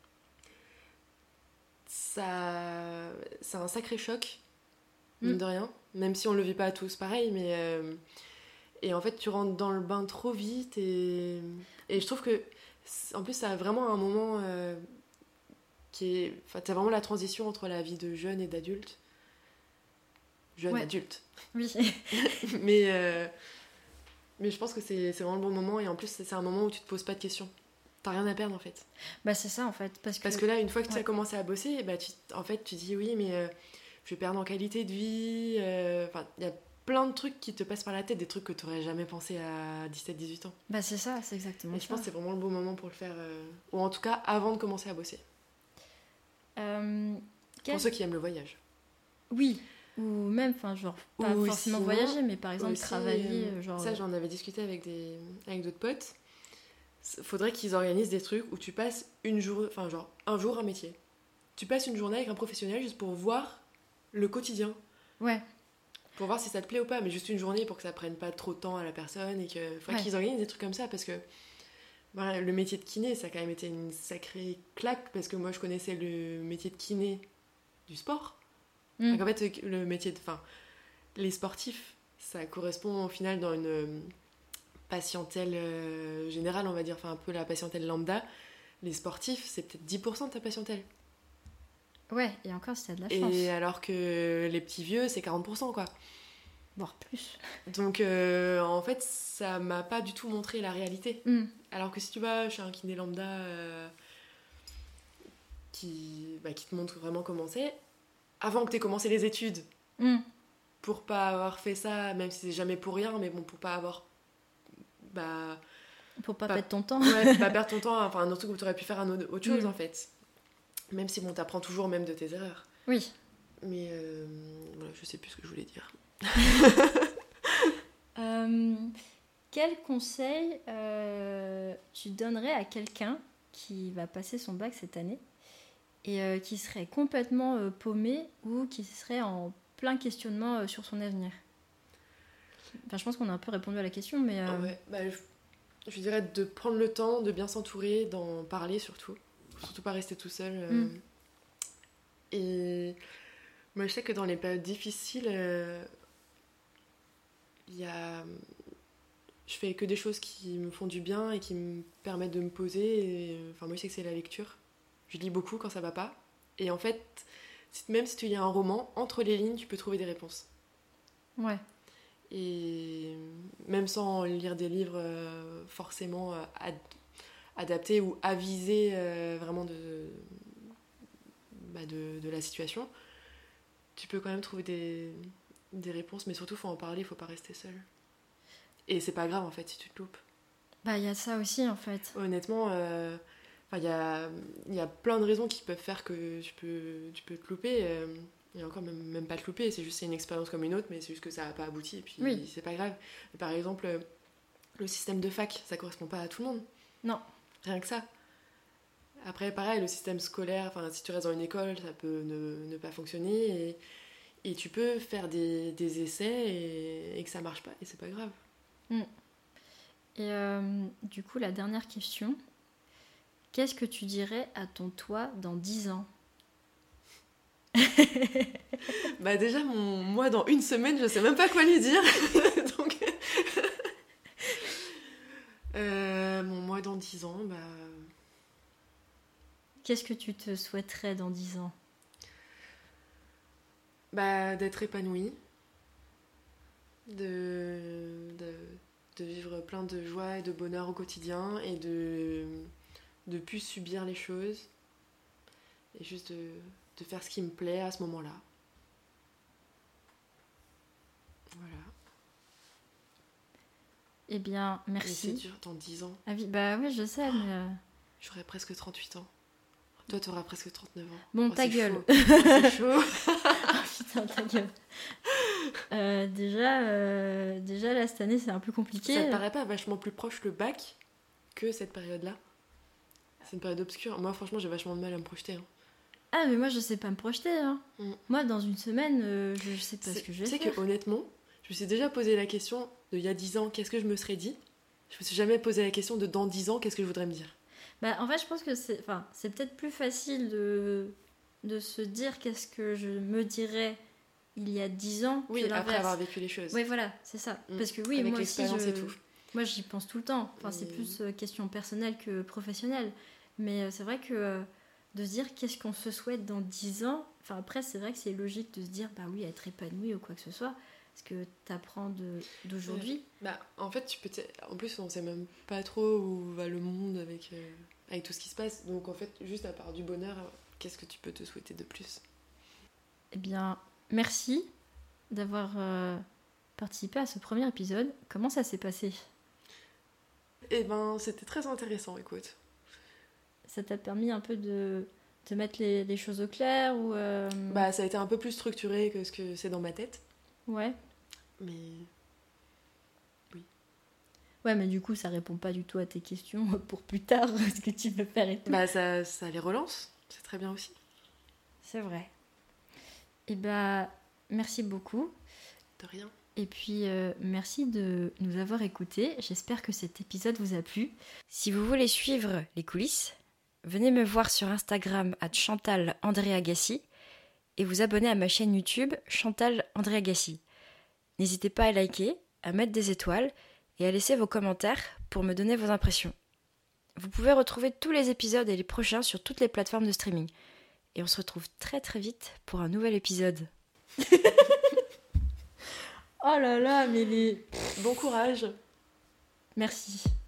c'est un sacré choc, mine de rien. Même si on le vit pas tous pareil, mais. Et en fait, tu rentres dans le bain trop vite. Et je trouve que, en plus, ça a vraiment un moment qui est. Enfin, t'as vraiment la transition entre la vie de jeune et d'adulte. Adulte. Oui. mais je pense que c'est vraiment le bon moment, et en plus c'est un moment où tu te poses pas de questions. T'as rien à perdre en fait. C'est ça en fait. Parce que là, une fois que tu as commencé à bosser, tu dis oui, mais je vais perdre en qualité de vie. Il y a plein de trucs qui te passent par la tête, des trucs que tu n'aurais jamais pensé à 17-18 ans. C'est ça, c'est exactement ça. Et je pense que c'est vraiment le bon moment pour le faire, ou en tout cas avant de commencer à bosser. Pour ceux qui aiment le voyage. Oui. Ou même, pas forcément voyager, mais par exemple travailler. Ça, j'en avais discuté avec d'autres potes. Faudrait qu'ils organisent des trucs où tu passes un jour un métier. Tu passes une journée avec un professionnel juste pour voir le quotidien. Ouais. Pour voir si ça te plaît ou pas, mais juste une journée pour que ça prenne pas trop de temps à la personne, et faudrait qu'ils organisent des trucs comme ça, parce que le métier de kiné, ça a quand même été une sacrée claque, parce que moi je connaissais le métier de kiné du sport. Donc en fait, le métier les sportifs, ça correspond au final dans une patientèle générale, on va dire, un peu la patientèle lambda. Les sportifs, c'est peut-être 10% de ta patientèle. Ouais, et encore, si t'as de la chance. Et alors que les petits vieux, c'est 40%, quoi. Voire plus. Donc, en fait, ça m'a pas du tout montré la réalité. Alors que si tu vas chez un kiné lambda qui te montre vraiment comment c'est, avant que t'aies commencé les études, pour pas avoir fait ça, même si c'est jamais pour rien, mais bon, pour pas avoir... pour pas perdre ton temps. Ouais, pas perdre ton temps, enfin, un autre truc où t'aurais pu faire autre chose, en fait. Même si, bon, t'apprends toujours même de tes erreurs. Oui. Mais, voilà, je sais plus ce que je voulais dire. Quel conseil tu donnerais à quelqu'un qui va passer son bac cette année et qui serait complètement paumé ou qui serait en plein questionnement sur son avenir? Enfin, je pense qu'on a un peu répondu à la question, mais... Ouais, je dirais de prendre le temps, de bien s'entourer, d'en parler surtout. Surtout pas rester tout seul. Et moi, je sais que dans les périodes difficiles, je fais que des choses qui me font du bien et qui me permettent de me poser. Enfin, moi, je sais que c'est la lecture. Je lis beaucoup quand ça va pas. Et en fait, même si tu lis un roman, entre les lignes, tu peux trouver des réponses. Ouais. Et même sans lire des livres forcément adaptés ou avisés vraiment de la situation, tu peux quand même trouver des réponses, mais surtout, il faut en parler, il faut pas rester seul. Et c'est pas grave, en fait, si tu te loupes. Bah, il y a ça aussi, en fait. Honnêtement, il y a plein de raisons qui peuvent faire que tu peux te louper. Et encore, même pas te louper, c'est une expérience comme une autre, mais c'est juste que ça n'a pas abouti, et puis c'est pas grave. Mais par exemple, le système de fac, ça correspond pas à tout le monde. Non. Rien que ça. Après, pareil, le système scolaire, si tu restes dans une école, ça peut ne pas fonctionner, et tu peux faire des essais et que ça marche pas, et c'est pas grave. Et du coup, la dernière question, qu'est-ce que tu dirais à ton toi dans 10 ans? Déjà, mon moi dans une semaine, je sais même pas quoi lui dire. Donc, mon moi dans 10 ans, Qu'est-ce que tu te souhaiterais dans 10 ans? D'être épanouie, de vivre plein de joie et de bonheur au quotidien et de plus subir les choses et juste de faire ce qui me plaît à ce moment-là. Voilà. Eh bien, merci. Mais c'est dur dans 10 ans. Ah oui, oui, je sais, mais... J'aurai presque 38 ans. Toi, t'auras presque 39 ans. Bon, ta gueule. C'est chaud. Putain, ta gueule. Déjà, là, cette année, c'est un peu compliqué. Ça te paraît pas vachement plus proche le bac que cette période-là? C'est une période obscure. Moi, franchement, j'ai vachement de mal à me projeter. Ah, mais moi, je sais pas me projeter. Moi, dans une semaine, je sais pas ce que je vais faire. Tu sais que, honnêtement, je me suis déjà posé la question de il y a 10 ans, qu'est-ce que je me serais dit? Je me suis jamais posé la question de dans 10 ans, qu'est-ce que je voudrais me dire? En fait, je pense que c'est peut-être plus facile de se dire qu'est-ce que je me dirais il y a 10 ans que l'inverse. Après avoir vécu les choses. Oui, voilà, c'est ça. Parce que oui, avec moi aussi, et tout. Moi, j'y pense tout le temps. C'est plus question personnelle que professionnelle. Mais c'est vrai que de se dire qu'est-ce qu'on se souhaite dans 10 ans, après, c'est vrai que c'est logique de se dire, oui, être épanoui ou quoi que ce soit. Parce que t'apprends d'aujourd'hui. En fait, en plus, on sait même pas trop où va le monde avec tout ce qui se passe. Donc, en fait, juste à part du bonheur, qu'est-ce que tu peux te souhaiter de plus? Eh bien, merci d'avoir participé à ce premier épisode. Comment ça s'est passé? Eh ben, c'était très intéressant, écoute. Ça t'a permis un peu de te mettre les choses au clair ou ça a été un peu plus structuré que ce que c'est dans ma tête. Ouais. Mais... oui. Ouais, mais du coup, ça répond pas du tout à tes questions pour plus tard, ce que tu veux faire et tout. Ça les relance. C'est très bien aussi. C'est vrai. Et merci beaucoup. De rien. Et puis, merci de nous avoir écoutés. J'espère que cet épisode vous a plu. Si vous voulez suivre les coulisses, venez me voir sur Instagram @ChantalAndréAgassi et vous abonner à ma chaîne YouTube Chantal André Agassi. N'hésitez pas à liker, à mettre des étoiles et à laisser vos commentaires pour me donner vos impressions. Vous pouvez retrouver tous les épisodes et les prochains sur toutes les plateformes de streaming. Et on se retrouve très très vite pour un nouvel épisode. Oh là là, Amélie. Bon courage. Merci.